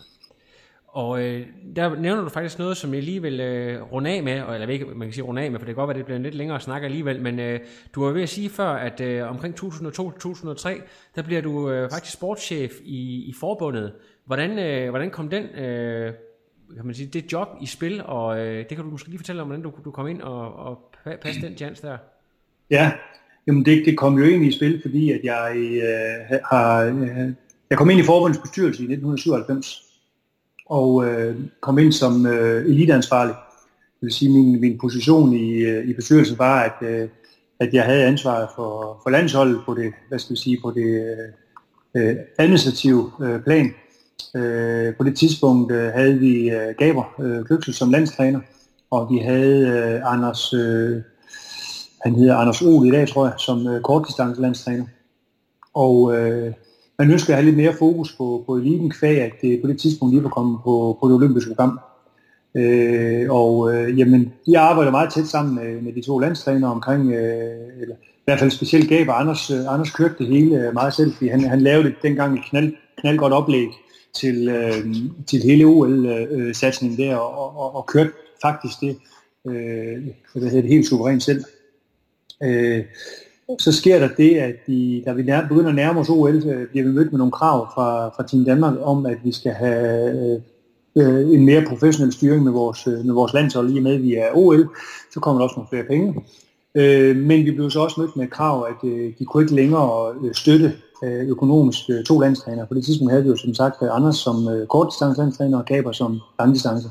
Og øh, der nævner du faktisk noget, som jeg lige vil øh, runde af med, eller jeg ved ikke, man kan sige runde af med, for det kan godt være, det bliver en lidt længere snak alligevel, men øh, du var ved at sige før, at øh, omkring to tusind og to til to tusind og tre, der bliver du øh, faktisk sportschef i, i forbundet. Hvordan, øh, hvordan kom den, øh, kan man sige, det job i spil, og øh, det kan du måske lige fortælle om, hvordan du, du kom ind og, og passe den chance der? Ja, jamen det, det kom jo egentlig i spil, fordi at jeg øh, har, øh, jeg kom ind i forbundets bestyrelse i nitten syvoghalvfems, og øh, kom ind som øh, eliteansvarlig. Det vil sige, min min position i øh, i bestyrelsen var, at øh, at jeg havde ansvaret for for landsholdet på det, hvad skal vi sige, på det øh, administrative øh, plan. Øh, på det tidspunkt øh, havde vi øh, Gaber øh, Kløksel som landstræner, og vi havde øh, Anders øh, han hedder Anders Ole i dag, tror jeg, som øh, kortdistancelandstræner. Og øh, man ønsker at have lidt mere fokus på, på eliten kvæg, at det på det tidspunkt lige var kommet på, på det olympiske program. Øh, og øh, jamen, de arbejder meget tæt sammen med, med de to landstrænere omkring, øh, eller i hvert fald specielt Gaber. Anders, øh, Anders kørte det hele meget selv, fordi han, han lavede det dengang et knald, knaldgodt oplæg til, øh, til hele O L-satsningen der, og, og, og kørte faktisk det, øh, hvad hedder det helt suverænt selv. Øh, så sker der det, at de, da vi nær, begynder at nærme os O L, øh, bliver vi mødt med nogle krav fra, fra Team Danmark om, at vi skal have øh, en mere professionel styring med vores, med vores landshold, i og med at vi er O L, så kommer der også nogle flere penge. Øh, men vi blev så også mødt med et krav, at øh, de kunne ikke længere øh, støtte øh, økonomisk øh, to landstrænere. På det tidspunkt havde vi jo som sagt Anders som øh, kortdistance-landstræner og Gaber som langdistance.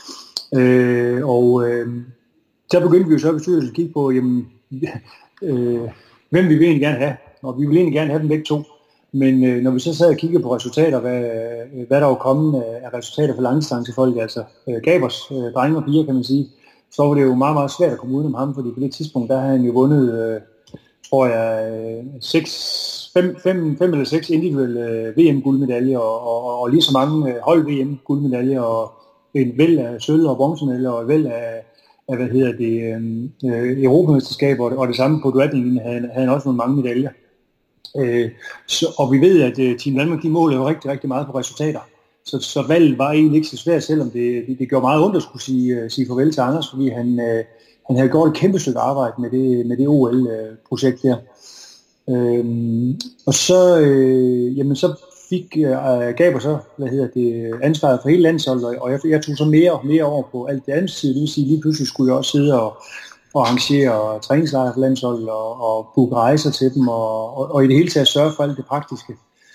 Øh, og øh, så begyndte vi jo så at bestyrelsen at kigge på, jamen, øh, hvem vi vil egentlig gerne have, og vi vil egentlig gerne have dem begge to. Men øh, når vi så sad og kiggede på resultater, hvad, hvad der var kommet af resultater for langdistancefolk, altså øh, Gabers øh, drenge og piger, kan man sige, så var det jo meget, meget svært at komme udenom ham, fordi på det tidspunkt, der havde han jo vundet, øh, tror jeg, seks, fem, fem, fem eller seks individuelle øh, V M-guldmedaljer, og, og, og lige så mange øh, hold-V M-guldmedaljer, og en væld af sølv- og bronzemedaljer, og en væld af, af, hvad hedder det, øh, europamesterskaber, og, og det samme på duatlinjen havde, havde han også nogle mange medaljer. Øh, så, og vi ved, at uh, Team Danmark, de måler jo rigtig, rigtig meget på resultater. Så, så valget var egentlig ikke så svært, selvom det, det, det gjorde meget ondt at skulle sige, uh, sige farvel til Anders, fordi han, uh, han havde gjort et kæmpe stykke arbejde med det, med det O L-projekt der. Øh, og så, øh, jamen, så fik uh, Gaber så, hvad hedder det, ansvaret for hele landsholdet, og jeg, jeg tog så mere og mere over på alt det andet side. Det vil sige, lige pludselig skulle jeg også sidde og og arrangere træningslejre for landsholdet og, og booke rejser til dem og, og, og i det hele taget sørge for alt det praktiske.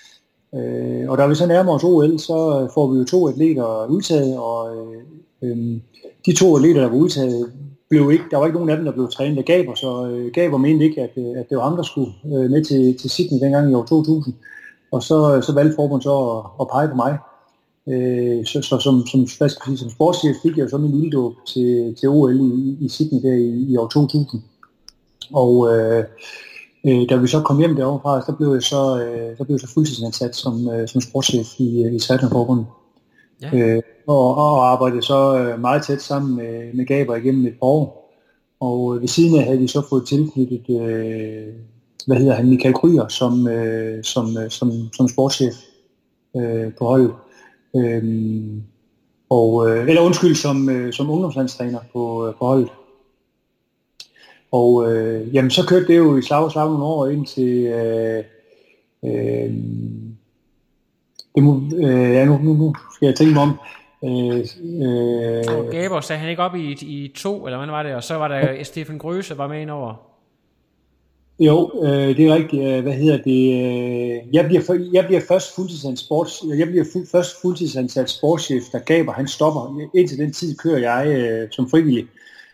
Øh, og da vi så nærmer os O L, så får vi jo to atleter udtaget, og øh, de to atleter, der var udtaget, blev ikke, der var ikke nogen af dem, der blev trænet af Gaber, så øh, Gaber mente ikke, at, at det var ham, der skulle øh, med til, til Sydney dengang i år to tusind. Og så, så valgte forbundet så at, at pege på mig. Øh, så, så som, som, hvad skal jeg sige, som sportschef fik jeg jo så min ilddåb til, til O L i, i Sydney der i, i år to tusind. Og øh, øh, da vi så kom hjem derovre, så blev jeg så, øh, så, blev jeg så fuldtidsansat som, øh, som sportschef i, i Triathlon-forbundet. Ja. Øh, og, og arbejdede så meget tæt sammen med, med Gaber igennem et par år. Og ved siden af havde vi så fået tilknyttet, øh, hvad hedder han, Michael Kryer som, øh, som, som, som sportschef øh, på holdet. Øhm, og, øh, eller undskyld, som, øh, som ungdomslandstræner på, øh, på holdet. Og øh, jamen, så kørte det jo i slag og slag nogle år ind til... Øh, øh, det må, øh, ja, nu, nu, nu skal jeg tænke mig om... Øh, øh, Gaber sagde han ikke op i, i to, eller hvad var det? Og så var der ja. Stefan Grøse var med ind over. Jo, øh, det er rigtigt. Hvad hedder det? Jeg bliver, for, jeg bliver først fuldtidsansat sports, jeg bliver fu, først fuldtidsansat sportschef, der Gaber han stopper. Indtil den tid kører jeg øh, som frivillig.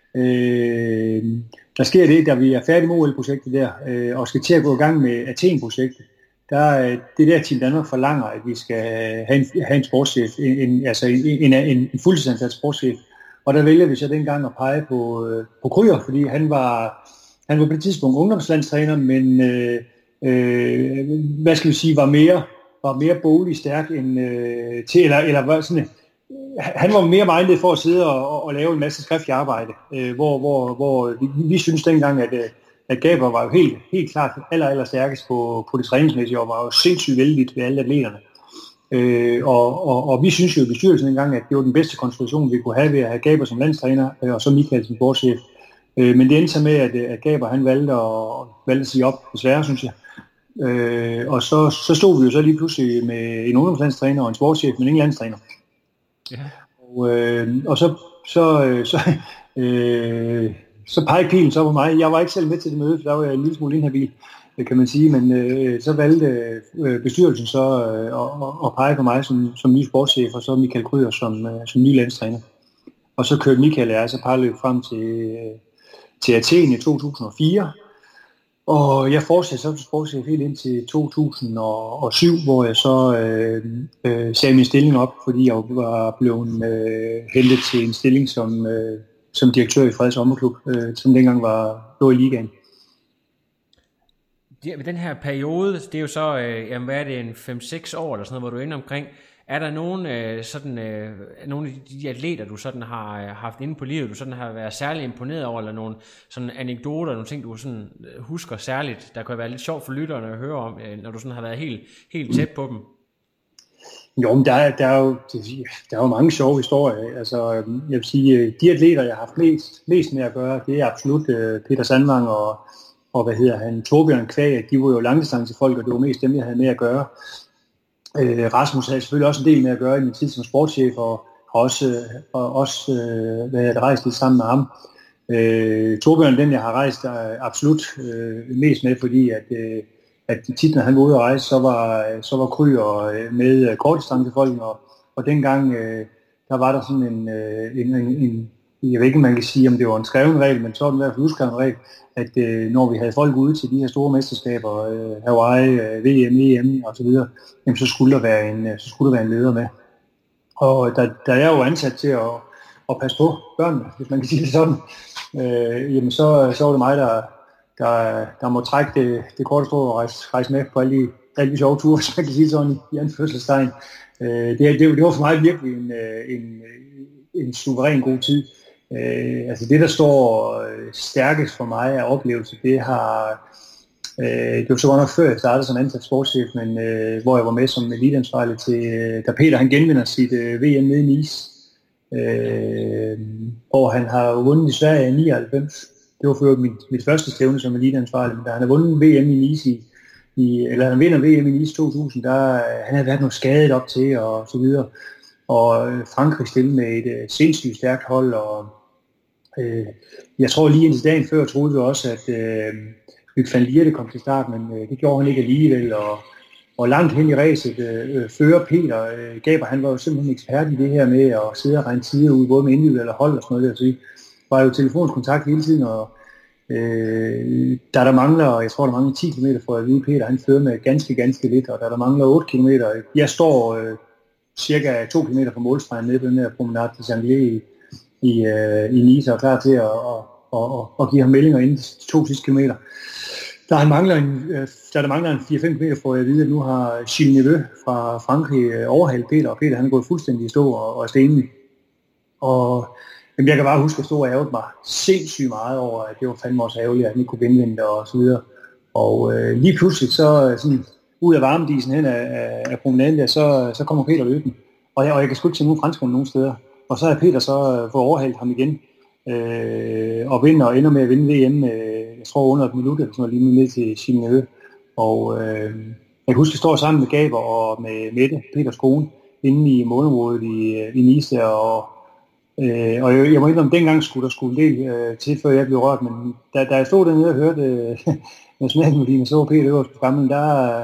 Øh, der sker det, da vi er færdige med O L-projektet der, øh, og skal til at gå i gang med Athen-projektet. Der, det der Team Danmark forlanger, at vi skal have en, have en sportschef, en, en, altså en, en, en, en fuldtidsansat sportschef. Og der vælger vi så dengang at pege på, på Kryer, fordi han var, han var på det tidspunkt ungdomslandstræner, men øh, øh, hvad skal vi sige, var mere, var mere boglig stærk end øh, til, eller, eller var sådan, han var mere minded for at sidde og, og, og lave en masse skriftlig arbejde, øh, hvor, hvor, hvor vi, vi synes dengang, at at Gaber var jo helt, helt klart aller, aller stærkest på, på det træningsmæssige, og var jo sindssygt vældigt ved alle atleterne. Øh, og, og, og vi synes jo i bestyrelsen engang, at det var den bedste konstellation, vi kunne have ved at have Gaber som landstræner, øh, og så Michael som sportschef. Øh, men det endte så med, at, at Gaber han valgte at, valgte at sige op, desværre, synes jeg. Øh, og så, så stod vi jo så lige pludselig med en ungdomslandstræner og en sportschef, men ingen landstræner. Ja. Og, øh, og så... så, så øh, Så pegede pilen så på mig. Jeg var ikke selv med til det møde, for der var jeg en lille smule inhabil, kan man sige, men øh, så valgte øh, bestyrelsen så øh, at, at pege på mig som, som ny sportschef, og så Michael Kryer som, øh, som ny landstræner. Og så kørte Michael og jeg så parløb frem til, øh, til Athen i to tusind og fire, og jeg fortsatte så som sportschef helt ind til to tusind og syv, hvor jeg så øh, øh, sagde min stilling op, fordi jeg var blevet øh, hentet til en stilling som... Øh, som direktør i Freds Sommerklub, øh, som dengang var lå i ligaen. Det, den her periode, det er jo så, øh, jamen, hvad er det, en fem seks år eller sådan noget, hvor du er inde omkring. Er der nogen, øh, sådan, øh, nogle af de atleter, du sådan har øh, haft inde på livet, du sådan har været særlig imponeret over, eller nogle sådan anekdoter, nogle ting, du sådan husker særligt, der kan være lidt sjovt for lytterne at høre om, øh, når du sådan har været helt, helt tæt på dem? Jo, men der er, der, er jo, der er jo mange sjove historier. Altså, jeg vil sige, de atleter, jeg har haft mest, mest med at gøre, det er absolut uh, Peter Sandvang og, og hvad hedder han, Torbjørn Kvag. De var jo langdistancefolk, og det var mest dem, jeg havde med at gøre. Uh, Rasmus havde selvfølgelig også en del med at gøre i min tid som sportschef, og har også, og også uh, hvad jeg rejst lidt sammen med ham. Uh, Torbjørn, den jeg har rejst, er absolut uh, mest med, fordi at uh, at tit, når han var ude at rejse, så var, så var Kryer med kortdistancefolken, og, og dengang, øh, der var der sådan en, en, en, en, jeg ved ikke, man kan sige, om det var en skreven regel, men så var det i hvert fald udskreven regel, at øh, når vi havde folk ude til de her store mesterskaber, øh, Hawaii, øh, V M, E M og så videre, jamen, så skulle der være en, så skulle der være en leder med. Og der, der er jo ansat til at, at passe på børnene, hvis man kan sige det sådan, øh, jamen så, så var det mig, der Der, der må trække det, det korte strå og rejse, rejse med på alle de, alle de sjove ture, så man kan sige sådan i anførselstegn. Øh, det, det, det var for mig virkelig en, en, en suveræn god tid. Øh, altså det, der står stærkest for mig af oplevelse, det har, øh, det var så godt nok før jeg startede som ansat sportschef, men øh, hvor jeg var med som eliteansvarlig til, da Peter han genvinder sit øh, V M nede i Nice, øh, og han har vundet i Sverige i nioghalvfems. Det var for mit, mit første stævne som eliteansvarlig, men da han har vundet V M i Nice i, i eller han vinder V M i Nice to tusind, der han havde været noget skadet op til og så videre. Og Frankrig stillede med et uh, sindssygt stærkt hold, og øh, jeg tror lige indtil dagen før troede vi også, at øh, Luc van Lierde kom til start, men øh, det gjorde han ikke alligevel, og, og langt hen i ræset øh, fører Peter øh, Gaber, han var jo simpelthen ekspert i det her med at sidde og regne tider ud, både med individuelle hold og sådan noget der, så var jo telefonskontakt hele tiden, og øh, der der mangler, jeg tror der mangler ti kilometer for at vide, Peter han fører med ganske, ganske lidt, og der der mangler otte kilometer, jeg står øh, cirka to kilometer fra målstregen nede på den her promenade til Sanglé i, i, øh, i Nice, og er klar til at og, og, og, og give ham meldinger inden de to sidste kilometer. Der, han mangler en, øh, der, der mangler en fire fem kilometer for at vide, at nu har Gilles Neveu fra Frankrig øh, overhalet Peter, og Peter han er gået fuldstændig i stå og, og er stenelig. Og Jamen, jeg kan bare huske, at jeg stod og ærgede mig sindssygt meget over, at det var fandme også ærgerligt, at han ikke kunne genvinde og så videre. Og øh, lige pludselig, så sådan, ud af varmedisen hen af, af, af promenaden der, så, så kommer Peter løbende. Og jeg, og jeg kan sgu ikke se nogen franskmænd nogen steder. Og så har Peter så fået overhalet ham igen, øh, og vinder og ender med at vinde V M øh, jeg tror under et minut, eller sådan noget, lige ned til Chimnø. Og øh, jeg husker, jeg står sammen med Gaber og med Mette, Peters kone, inde i målområdet i, i Nice, og, øh, og jeg, jeg må indrømme, dengang skulle der skulle en del øh, til, før jeg blev rørt, men da, da jeg stod dernede og hørte øh, nationalmelodien, og så Peter øverst på skammen, der,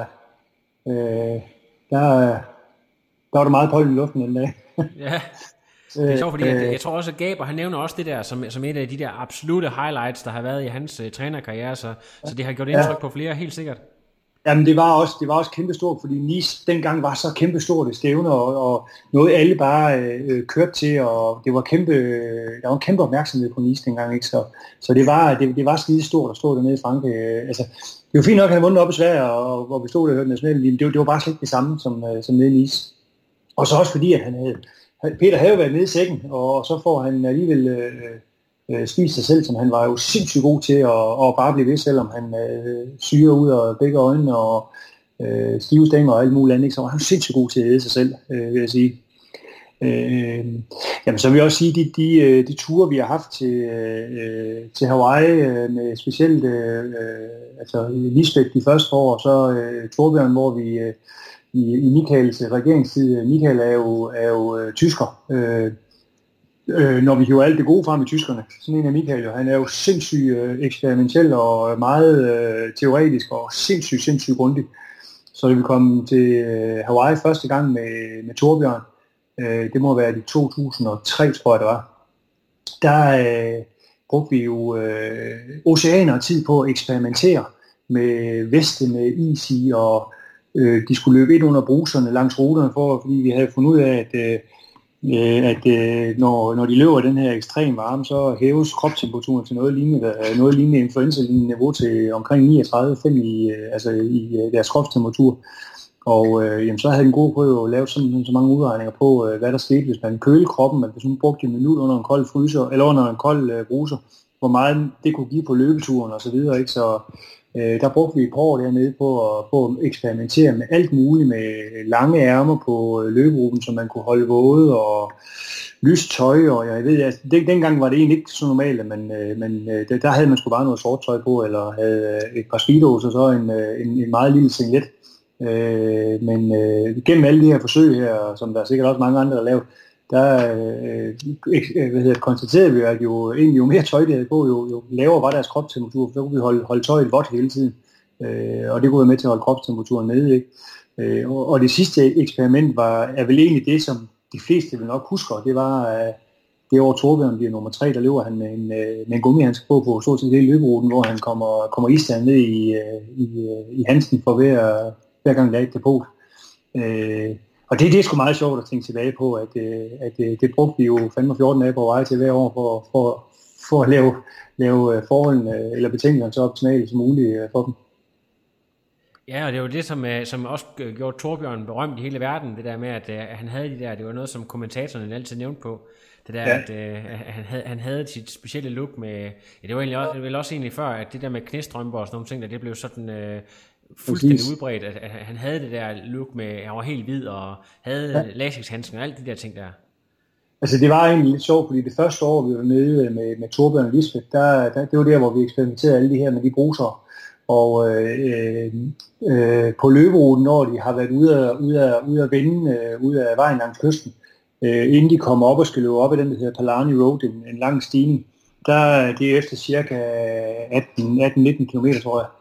øh, der, der var der meget pollen i luften den dag. Ja. Det er sjovt, fordi jeg, jeg tror også, at Gaber, han nævner også det der som, som et af de der absolute highlights, der har været i hans uh, trænerkarriere, så, ja. så det har gjort indtryk ja. på flere, helt sikkert. Jamen det var også, det var også kæmpestort, fordi Nice dengang var så kæmpestort et stævne, og, og noget alle bare øh, kørte til, og det var kæmpe, der var en kæmpe opmærksomhed på Nice dengang, ikke? Så, så det var, det, det var skide stort at stå dernede i Frankrig. Altså, det var fint nok, at han havde vundet op i Sverige, og hvor vi stod der og hørte nationalmelodien, det, det var bare slet ikke det samme som, som nede i Nice. Og så også fordi, at han havde, Peter havde jo været nede i sækken, og så får han alligevel øh, øh, spist sig selv, som han var jo sindssygt god til at, at bare blive ved, selvom han øh, syre ud af begge øjne og øh, stive stænger og alt muligt andet, ikke? Så var han sindssygt god til at æde sig selv, øh, vil jeg sige. Øh, jamen, så vil jeg også sige, de, de, de ture, vi har haft til, øh, til Hawaii, øh, med specielt øh, altså Lisbeth de første år, og så øh, Torbjørn, hvor vi øh, i, i Michaels regeringstid, Michael er jo, er jo øh, tysker, øh, øh, når vi hiver alt det gode frem i tyskerne, sådan en af Michael, han er jo sindssygt øh, eksperimentel og meget øh, teoretisk og sindssygt, sindssygt grundig. Så da vi kom til øh, Hawaii første gang med, med Torbjørn, øh, det må være i to tusind og tre, tror jeg det var, der øh, brugte vi jo øh, oceaner tid på at eksperimentere med veste, med is i, og øh, de skulle løbe ind under bruserne langs ruterne, for, fordi vi havde fundet ud af, at, øh, at øh, når, når de løber den her ekstrem varme, så hæves kropstemperaturen til noget lignende, noget lignende influenza-lignende niveau til omkring niogtredive komma fem i, altså i deres kropstemperatur. Og øh, jamen, så havde den gode prøve at lave sådan, så mange udregninger på, øh, hvad der skete, hvis man kølede kroppen, man sådan brugte en minut under en kold fryser, eller under en kold øh, bruser, hvor meget det kunne give på løbeturen og så videre, ikke? Så øh, der brugte vi et par år dernede på at, på at eksperimentere med alt muligt, med lange ærmer på øh, løberuten, så man kunne holde våde, og lyst tøj, og jeg ved, altså, den, dengang var det egentlig ikke så normalt, men, øh, men øh, der havde man sgu bare noget sort tøj på, eller havde øh, et par speedos, og så en, øh, en, en meget lille singlet. Øh, men øh, gennem alle de her forsøg her, som der er sikkert også mange andre, der har lavet, der øh, hvad hedder, konstaterede vi, at jo, egentlig, jo mere tøj de havde på, jo, jo lavere var deres kropstemperatur, for så kunne vi holde, holde tøjet vådt hele tiden, øh, og det kunne være med til at holde kropstemperaturen nede, ikke? Øh, og, og det sidste eksperiment var, er vel egentlig det, som de fleste vil nok husker, det var øh, det år Torbjørn bliver nummer tre, der løber han med en, med en gummihandske på på stort set hele løberuten, hvor han kommer, kommer istand ned i, i, i handsken for hver hver gang der er et depot. Øh, og det, det er sgu meget sjovt at tænke tilbage på, at, at, at det brugte vi jo fandme fjorten dage på vej til hver år, for, for, for at lave, lave forholdene eller betingelserne så optimale som muligt for dem. Ja, og det var det, som, som også gjorde Torbjørn berømt i hele verden, det der med, at, at han havde de der, det var noget, som kommentatorerne altid nævnte på, det der, ja. at, at han, havde, han havde sit specielle look med, ja, det var egentlig også, vel også egentlig før, at det der med knæstrømper og sådan nogle ting, der det blev sådan øh, fuldstændig Præcis. udbredt, at, at han havde det der look med, han var helt hvid og havde ja. latexhandsken og alt de der ting der. Altså det var egentlig lidt sjovt, fordi det første år, vi var nede med, med Torbjørn og Lisbeth, der, der, det var der, hvor vi eksperimenterede alle de her med de brusere. Og øh, øh, på løberuten, når de har været ude af, ude af, ude af vinde, øh, ude af vejen langs kysten, øh, inden de kommer op og skal løbe op i den, der hedder Palani Road, en, en lang stigning, der det er efter cirka atten nitten kilometer, tror jeg,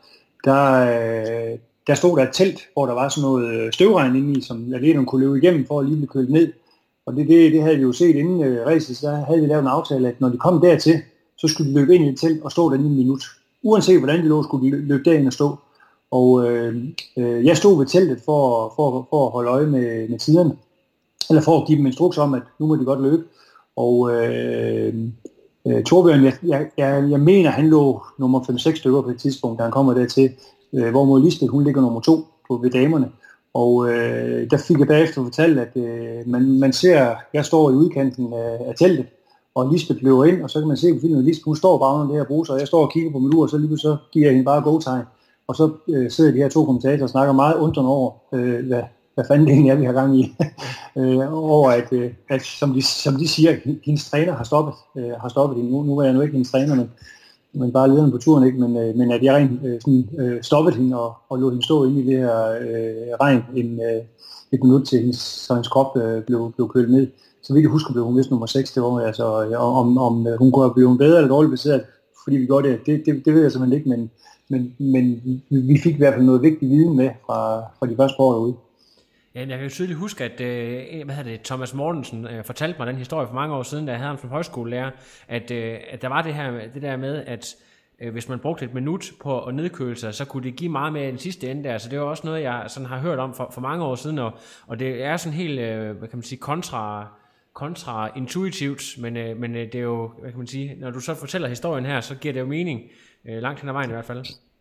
der, der stod der et telt, hvor der var sådan noget støvregn inde i, som atleterne kunne løbe igennem for at lige blive kølet ned. Og det, det, det havde vi jo set inden uh, racet, så havde vi lavet en aftale, at når de kom dertil, så skulle de løbe ind i et telt og stå der i en minut. Uanset hvordan de lå, skulle de løbe derind og stå. Og øh, øh, jeg stod ved teltet for, for, for at holde øje med, med tiderne, eller for at give dem instruks om, at nu må de godt løbe. Og øh, øh, Torbjørn, jeg, jeg, jeg, jeg mener, han lå nummer fem seks stykker på et tidspunkt, da han kommer dertil, øh, hvorimod Lisbeth, hun ligger nummer to på, ved damerne. Og øh, der fik jeg bagefter fortalt, at øh, man, man ser, jeg står i udkanten af, af teltet, og Lisbeth løber ind, og så kan man se på filmen, at Lisbeth, hun står bare under det her bruser, og jeg står og kigger på min ur, og så lige så giver jeg hende bare go-tegn. Og så øh, sidder de her to kommentatorer og snakker meget undrende over, øh, hvad, hvad fanden det egentlig er, vi har gang i. øh, over at, øh, at som, de, som de siger, hendes træner har stoppet, øh, har stoppet hende. Nu, nu er jeg nu ikke hendes træner, men men bare lederen på turen, ikke? Men, øh, men at jeg rent øh, sådan, øh, stoppede hende og, og lod hende stå inde i det her øh, regn en, øh, et minut til hendes, så hendes krop øh, blev, blev kølet ned. Så vidt jeg husker, blev hun vist nummer seks det år. Altså, om, om hun kunne have blevet bedre eller dårligt baseret, fordi vi gjorde det, det, det, det ved jeg simpelthen ikke, men, men, men vi fik i hvert fald noget vigtig viden med fra, fra de første år derude. Ja, jeg kan jo tydeligt huske, at øh, hvad det, Thomas Mortensen øh, fortalte mig den historie for mange år siden, da jeg havde ham som højskolelærer, at, øh, at der var det her det der med, at øh, hvis man brugte et minut på at nedkøle sig, så kunne det give meget mere i den sidste ende der. Så det var også noget, jeg sådan har hørt om for, for mange år siden, og, og det er sådan helt, øh, hvad kan man sige, kontra... kontraintuitivt, men, øh, men øh, det er jo, hvad kan man sige, når du så fortæller historien her, så giver det jo mening, øh, langt hen ad vejen i hvert fald.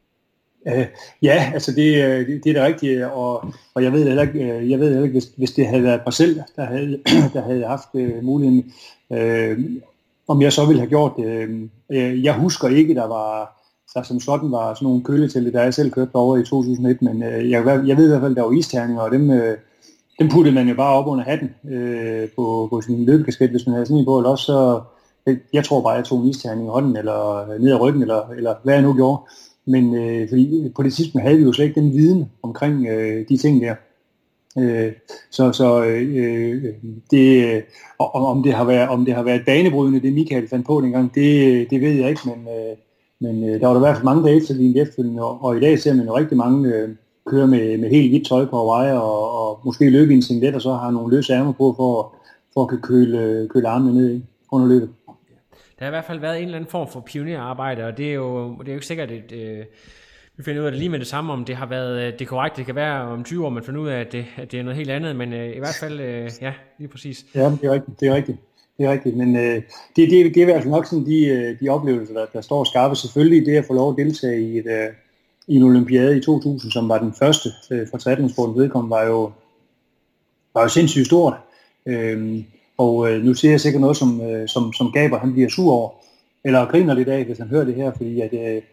Uh, ja, altså det, det, det er da rigtigt, og, og jeg ved heller ikke, jeg ved heller ikke hvis, hvis det havde været mig selv, der havde, der havde haft uh, muligheden, uh, om jeg så ville have gjort det. Uh, jeg husker ikke, der var, der som sådan var sådan nogle køletelte, der jeg selv kørte over i to tusind og et, men uh, jeg, jeg ved i hvert fald, der var isterninger, og dem, uh, dem puttede man jo bare op under hatten uh, på, på sin løbekasket, hvis man havde sådan en på, eller også så, jeg tror bare, jeg tog en isterning i hånden, eller ned ad ryggen, eller, eller hvad jeg nu gjorde. Men øh, fordi på det tidspunkt havde vi jo slet ikke den viden omkring øh, de ting der. Øh, så så øh, det, og, om, det har været, om det har været banebrydende, det Michael fandt på dengang, det, det ved jeg ikke, men, øh, men øh, der var der i hvert fald mange, der efterlignede efterfølgende, og, og i dag ser man jo rigtig mange øh, køre med, med helt hvidt tøj på veje, og, og måske løbe i en singlet, og så har nogle løse ærmer på, for, for at kunne køle, køle armene ned under løbet. Der har i hvert fald været en eller anden form for pionerarbejde, og det er jo, det er jo ikke sikkert, at øh, vi finder ud af det lige med det samme, om det har været det korrekt. Det kan være om tyve år, man finder ud af, at det, at det er noget helt andet, men øh, i hvert fald, øh, ja, lige præcis. Ja, det er rigtigt, det er rigtigt. Det er rigtigt, men øh, det, det, det er i hvert fald nok sådan de, de oplevelser, der, der står skarpe. Selvfølgelig det at få lov at deltage i, et, øh, i en olympiade i to tusind, som var den første øh, for triathlonsportens vedkommende, var jo, var jo sindssygt stort. Øh, Og øh, nu siger jeg sikkert noget, som, øh, som, som Gaber han bliver sur over, eller griner lidt af, hvis han hører det her, fordi at, øh,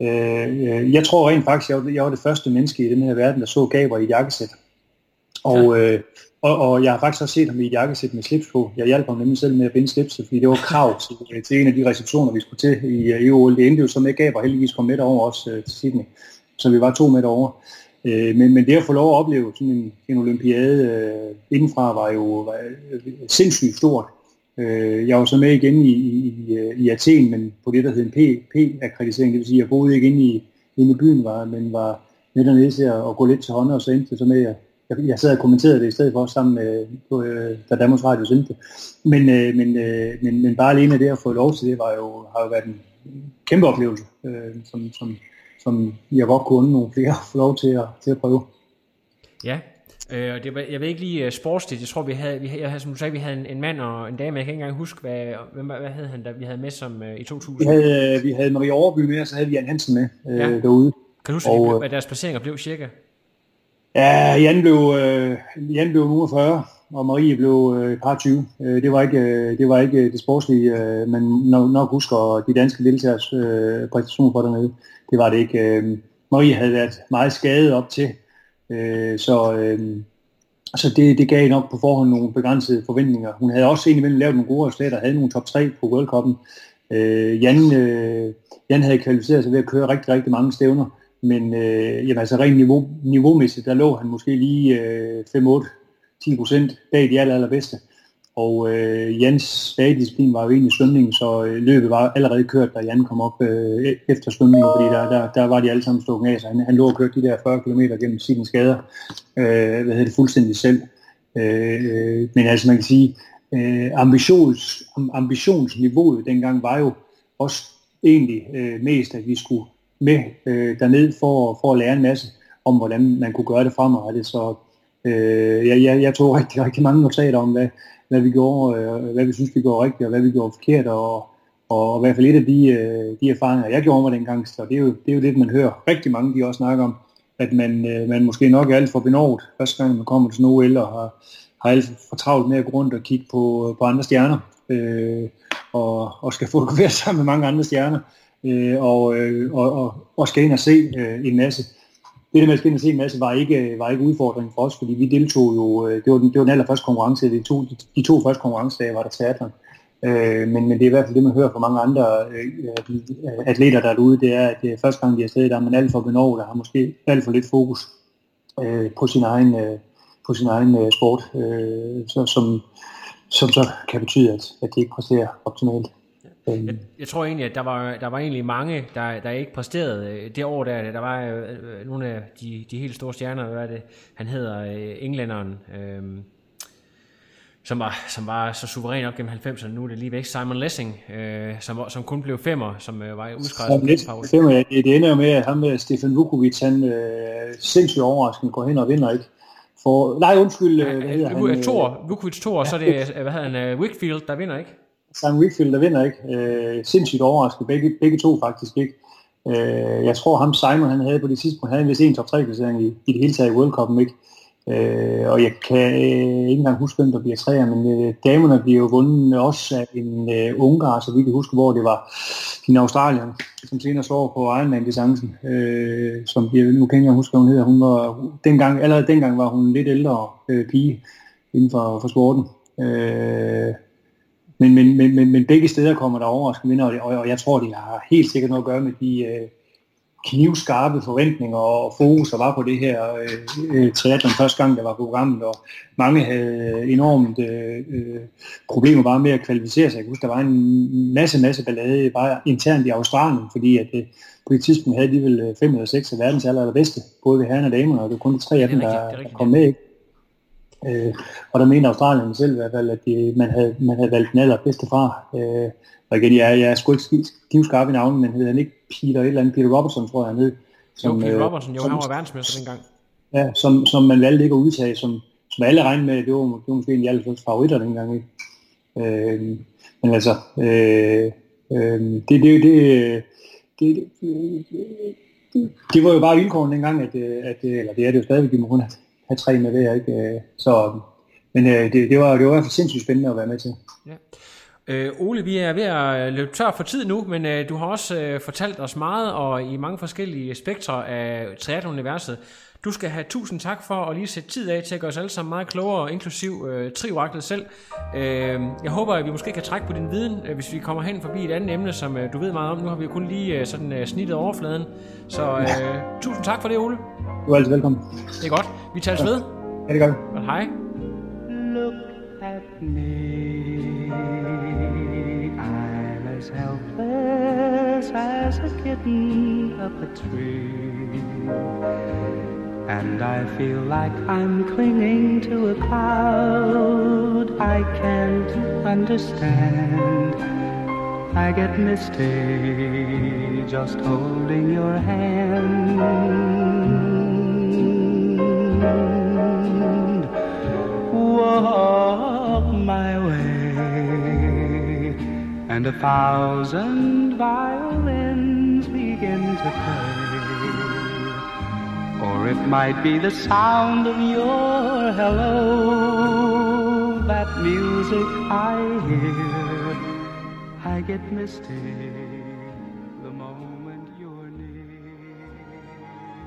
øh, jeg tror rent faktisk, jeg var, jeg var det første menneske i den her verden, der så Gaber i et jakkesæt. Og, øh, og, og jeg har faktisk også set ham i et jakkesæt med slips på. Jeg hjalp ham nemlig selv med at binde slipset, fordi det var krav til, til en af de receptioner, vi skulle til i, i O L. Det endte jo så med, Gaber heldigvis kom med over os øh, til Sydney, så vi var to med over. Øh, men, men det at få lov at opleve sådan en, en olympiade øh, indenfra var jo var, øh, sindssygt stort. Øh, jeg var så med igen i, i, i Athen, men på det der hed en P-akkreditering, det vil sige, at jeg boede ikke inde i, inde i byen, var, men var med dernede til at, at gå lidt til hånden, og så endte så med, at jeg, jeg sad og kommenterede det i stedet for sammen med, på, øh, da Danmarks Radio sendte. Men, øh, men, øh, men, men bare alene det at få lov til det, var jo, har jo været en kæmpe oplevelse, øh, som, som som jeg godt kunne nogle flere få lov til at, til at prøve. Ja, øh, det var, jeg ved ikke lige uh, sportsligt, jeg tror vi havde, vi havde, jeg havde, som du sagde, vi havde en, en mand og en dame, jeg kan ikke engang huske, hvad, hvad, hvad havde han der, vi havde med som uh, i to tusind? Vi havde, vi havde Marie Overby med, og så havde vi Jan Hansen med øh, ja. derude. Kan du huske, og, hvad deres placeringer blev cirka? Ja, Jan blev, øh, Jan blev nummer fyrre, og Marie blev øh, par tyve. Øh, det var ikke, øh, det var ikke det sportslige, øh, men nok, nok husker de danske deltagers øh, præstation for dernede. Det var det ikke. Øh, Marie havde været meget skadet op til, øh, så, øh, så det, det gav nok på forhånd nogle begrænsede forventninger. Hun havde også indimellem lavet nogle gode resultater og havde nogle top tre på World Cup'en. Øh, Jan, øh, Jan havde kvalificeret sig ved at køre rigtig, rigtig mange stævner, men øh, jamen, altså rent niveau, niveaumæssigt, der lå han måske lige øh, fem otte til ti procent bag de aller, allerbedste. Og øh, Jans svagedisciplin var jo egentlig svømning, så øh, løbet var allerede kørt, da Jan kom op øh, efter svømningen, fordi der, der, der var de alle sammen stukket af, så han, han lå og kørte de der fyrre kilometer gennem sine skader, øh, hvad hedder det, fuldstændig selv. Øh, men altså man kan sige, øh, ambitions, ambitionsniveauet dengang var jo også egentlig øh, mest, at vi skulle med øh, derned for, for at lære en masse om, hvordan man kunne gøre det fremadrettet. Så øh, jeg, jeg, jeg tog rigtig, rigtig mange notater om, hvad, hvad vi gjorde, øh, hvad vi synes, vi gjorde rigtigt, og hvad vi gjorde forkert, og, og, og i hvert fald et af de, øh, de erfaringer, jeg gjorde mig dengang, så det er, jo, det er jo det, man hører rigtig mange, de også snakker om, at man, øh, man måske nok er alt for benovet, første gang man kommer til O L, og har, har alt for travlt med at gå rundt og kigge på, på andre stjerner, øh, og, og skal fotografere sammen med mange andre stjerner, øh, og, øh, og, og, og skal ind og se øh, en masse. Det der med at skal ind og se en masse var ikke, var ikke udfordringen for os, fordi vi deltog jo, det var den, det var den allerførste konkurrence, de to, de to første konkurrencedage var der triathlon, Øh, men, men det er i hvert fald det, man hører fra mange andre øh, atleter derude, det er, at det er første gang, de er afsted, der er man alt for benovet, der har måske alt for lidt fokus øh, på sin egen, øh, på sin egen øh, sport, øh, så, som, som så kan betyde, at, at de ikke præsterer optimalt. Jeg, jeg tror egentlig, at der var, der var egentlig mange, der, der ikke præsterede det år der. Der var øh, nogle af de, de helt store stjerner, hvad er det, han hedder, øh, englænderen, øh, som, var, som var så suveræn op gennem halvfemserne. Nu er det lige væk. Simon Lessing, øh, som, som kun blev femmer, som øh, var udskrevet som femmer. Ja, det ender jo med, at ham med Stefan Vukovic, han øh, sindssygt overraskende går hen og vinder, ikke? For, nej, undskyld, ja, hvad hedder han? Thor, Vukovic Thor, ja, så er det, hvad hedder han, Wickfield, der vinder, ikke? Simon Wickfield, der vinder, ikke? Øh, sindssygt overrasket, begge, begge to faktisk, ikke? Øh, jeg tror, ham Simon, han havde på det tidspunkt, havde en vist en top tre placering i, i det hele taget i World Cup'en, ikke? Øh, og jeg kan øh, ikke engang huske, hvem der bliver træer, men øh, damerne bliver jo vundet også af en øh, ungar, så vi kan huske, hvor det var en australier, som senere slår på Ironman-distancen, øh, som bliver, nu kan jeg huske, hvad hun hedder, hun var, dengang, allerede dengang var hun en lidt ældre øh, pige inden for, for sporten. Øh, men, men, men, men, men begge steder kommer der overraskende vinder, og, og jeg tror, det har helt sikkert noget at gøre med de øh, knivskarpe forventninger og fokus, der var på det her øh, triathlon første gang, der var på programmet, og mange havde enormt øh, problemer bare med at kvalificere sig. Jeg kan huske, der var en masse, masse ballade bare internt i Australien, fordi at øh, på et tidspunkt havde de vel fem eller seks af verdens aller, aller bedste, både ved herren og damerne, og det var kun de tre af dem, der, der kom med, ikke? Øh, og der mener Australien selv i hvert fald, at de, man, havde, man havde valgt den allerbedste fra. Øh, og igen, jeg, jeg er sgu ikke knivskarp i navnet, men hedder han ikke Peter, et eller andet, Peter Robertson, tror jeg han hed. Som, jo, Peter Robertson, jo, som, han var verdensmester dengang. Ja, som, som man valgte ikke at udtage, som, som alle regnede med, det var, det var måske en af de allerførste favoritter dengang, ikke? Øh, men altså, øh, øh, det, det, det, det, det, det, det var jo bare vilkåren dengang, at, at, eller det er det jo stadigvæk, de må kun have tre med det her, ikke? Så, men det, det, var, det var i hvert fald sindssygt spændende at være med til. Ja. Øh, Ole, vi er ved at løbe tør for tid nu, men øh, du har også øh, fortalt os meget, og i mange forskellige spektre af triathlon-universet. Du skal have tusind tak for at lige sætte tid af til at gøre os alle sammen meget klogere, inklusiv øh, Trioraklet selv. Øh, jeg håber, at vi måske kan trække på din viden, øh, hvis vi kommer hen forbi et andet emne, som øh, du ved meget om. Nu har vi kun lige øh, sådan øh, snittet overfladen. Så øh, tusind tak for det, Ole. Du er altid velkommen. Det er godt. Vi tales ved. Ja, det gør vi. Godt, hej. Look at me. As helpless as a kitten up a tree, and I feel like I'm clinging to a cloud I can't understand. I get misty just holding your hand. Walk my way, and a thousand violins begin to play. Or it might be the sound of your hello, that music I hear, I get misty.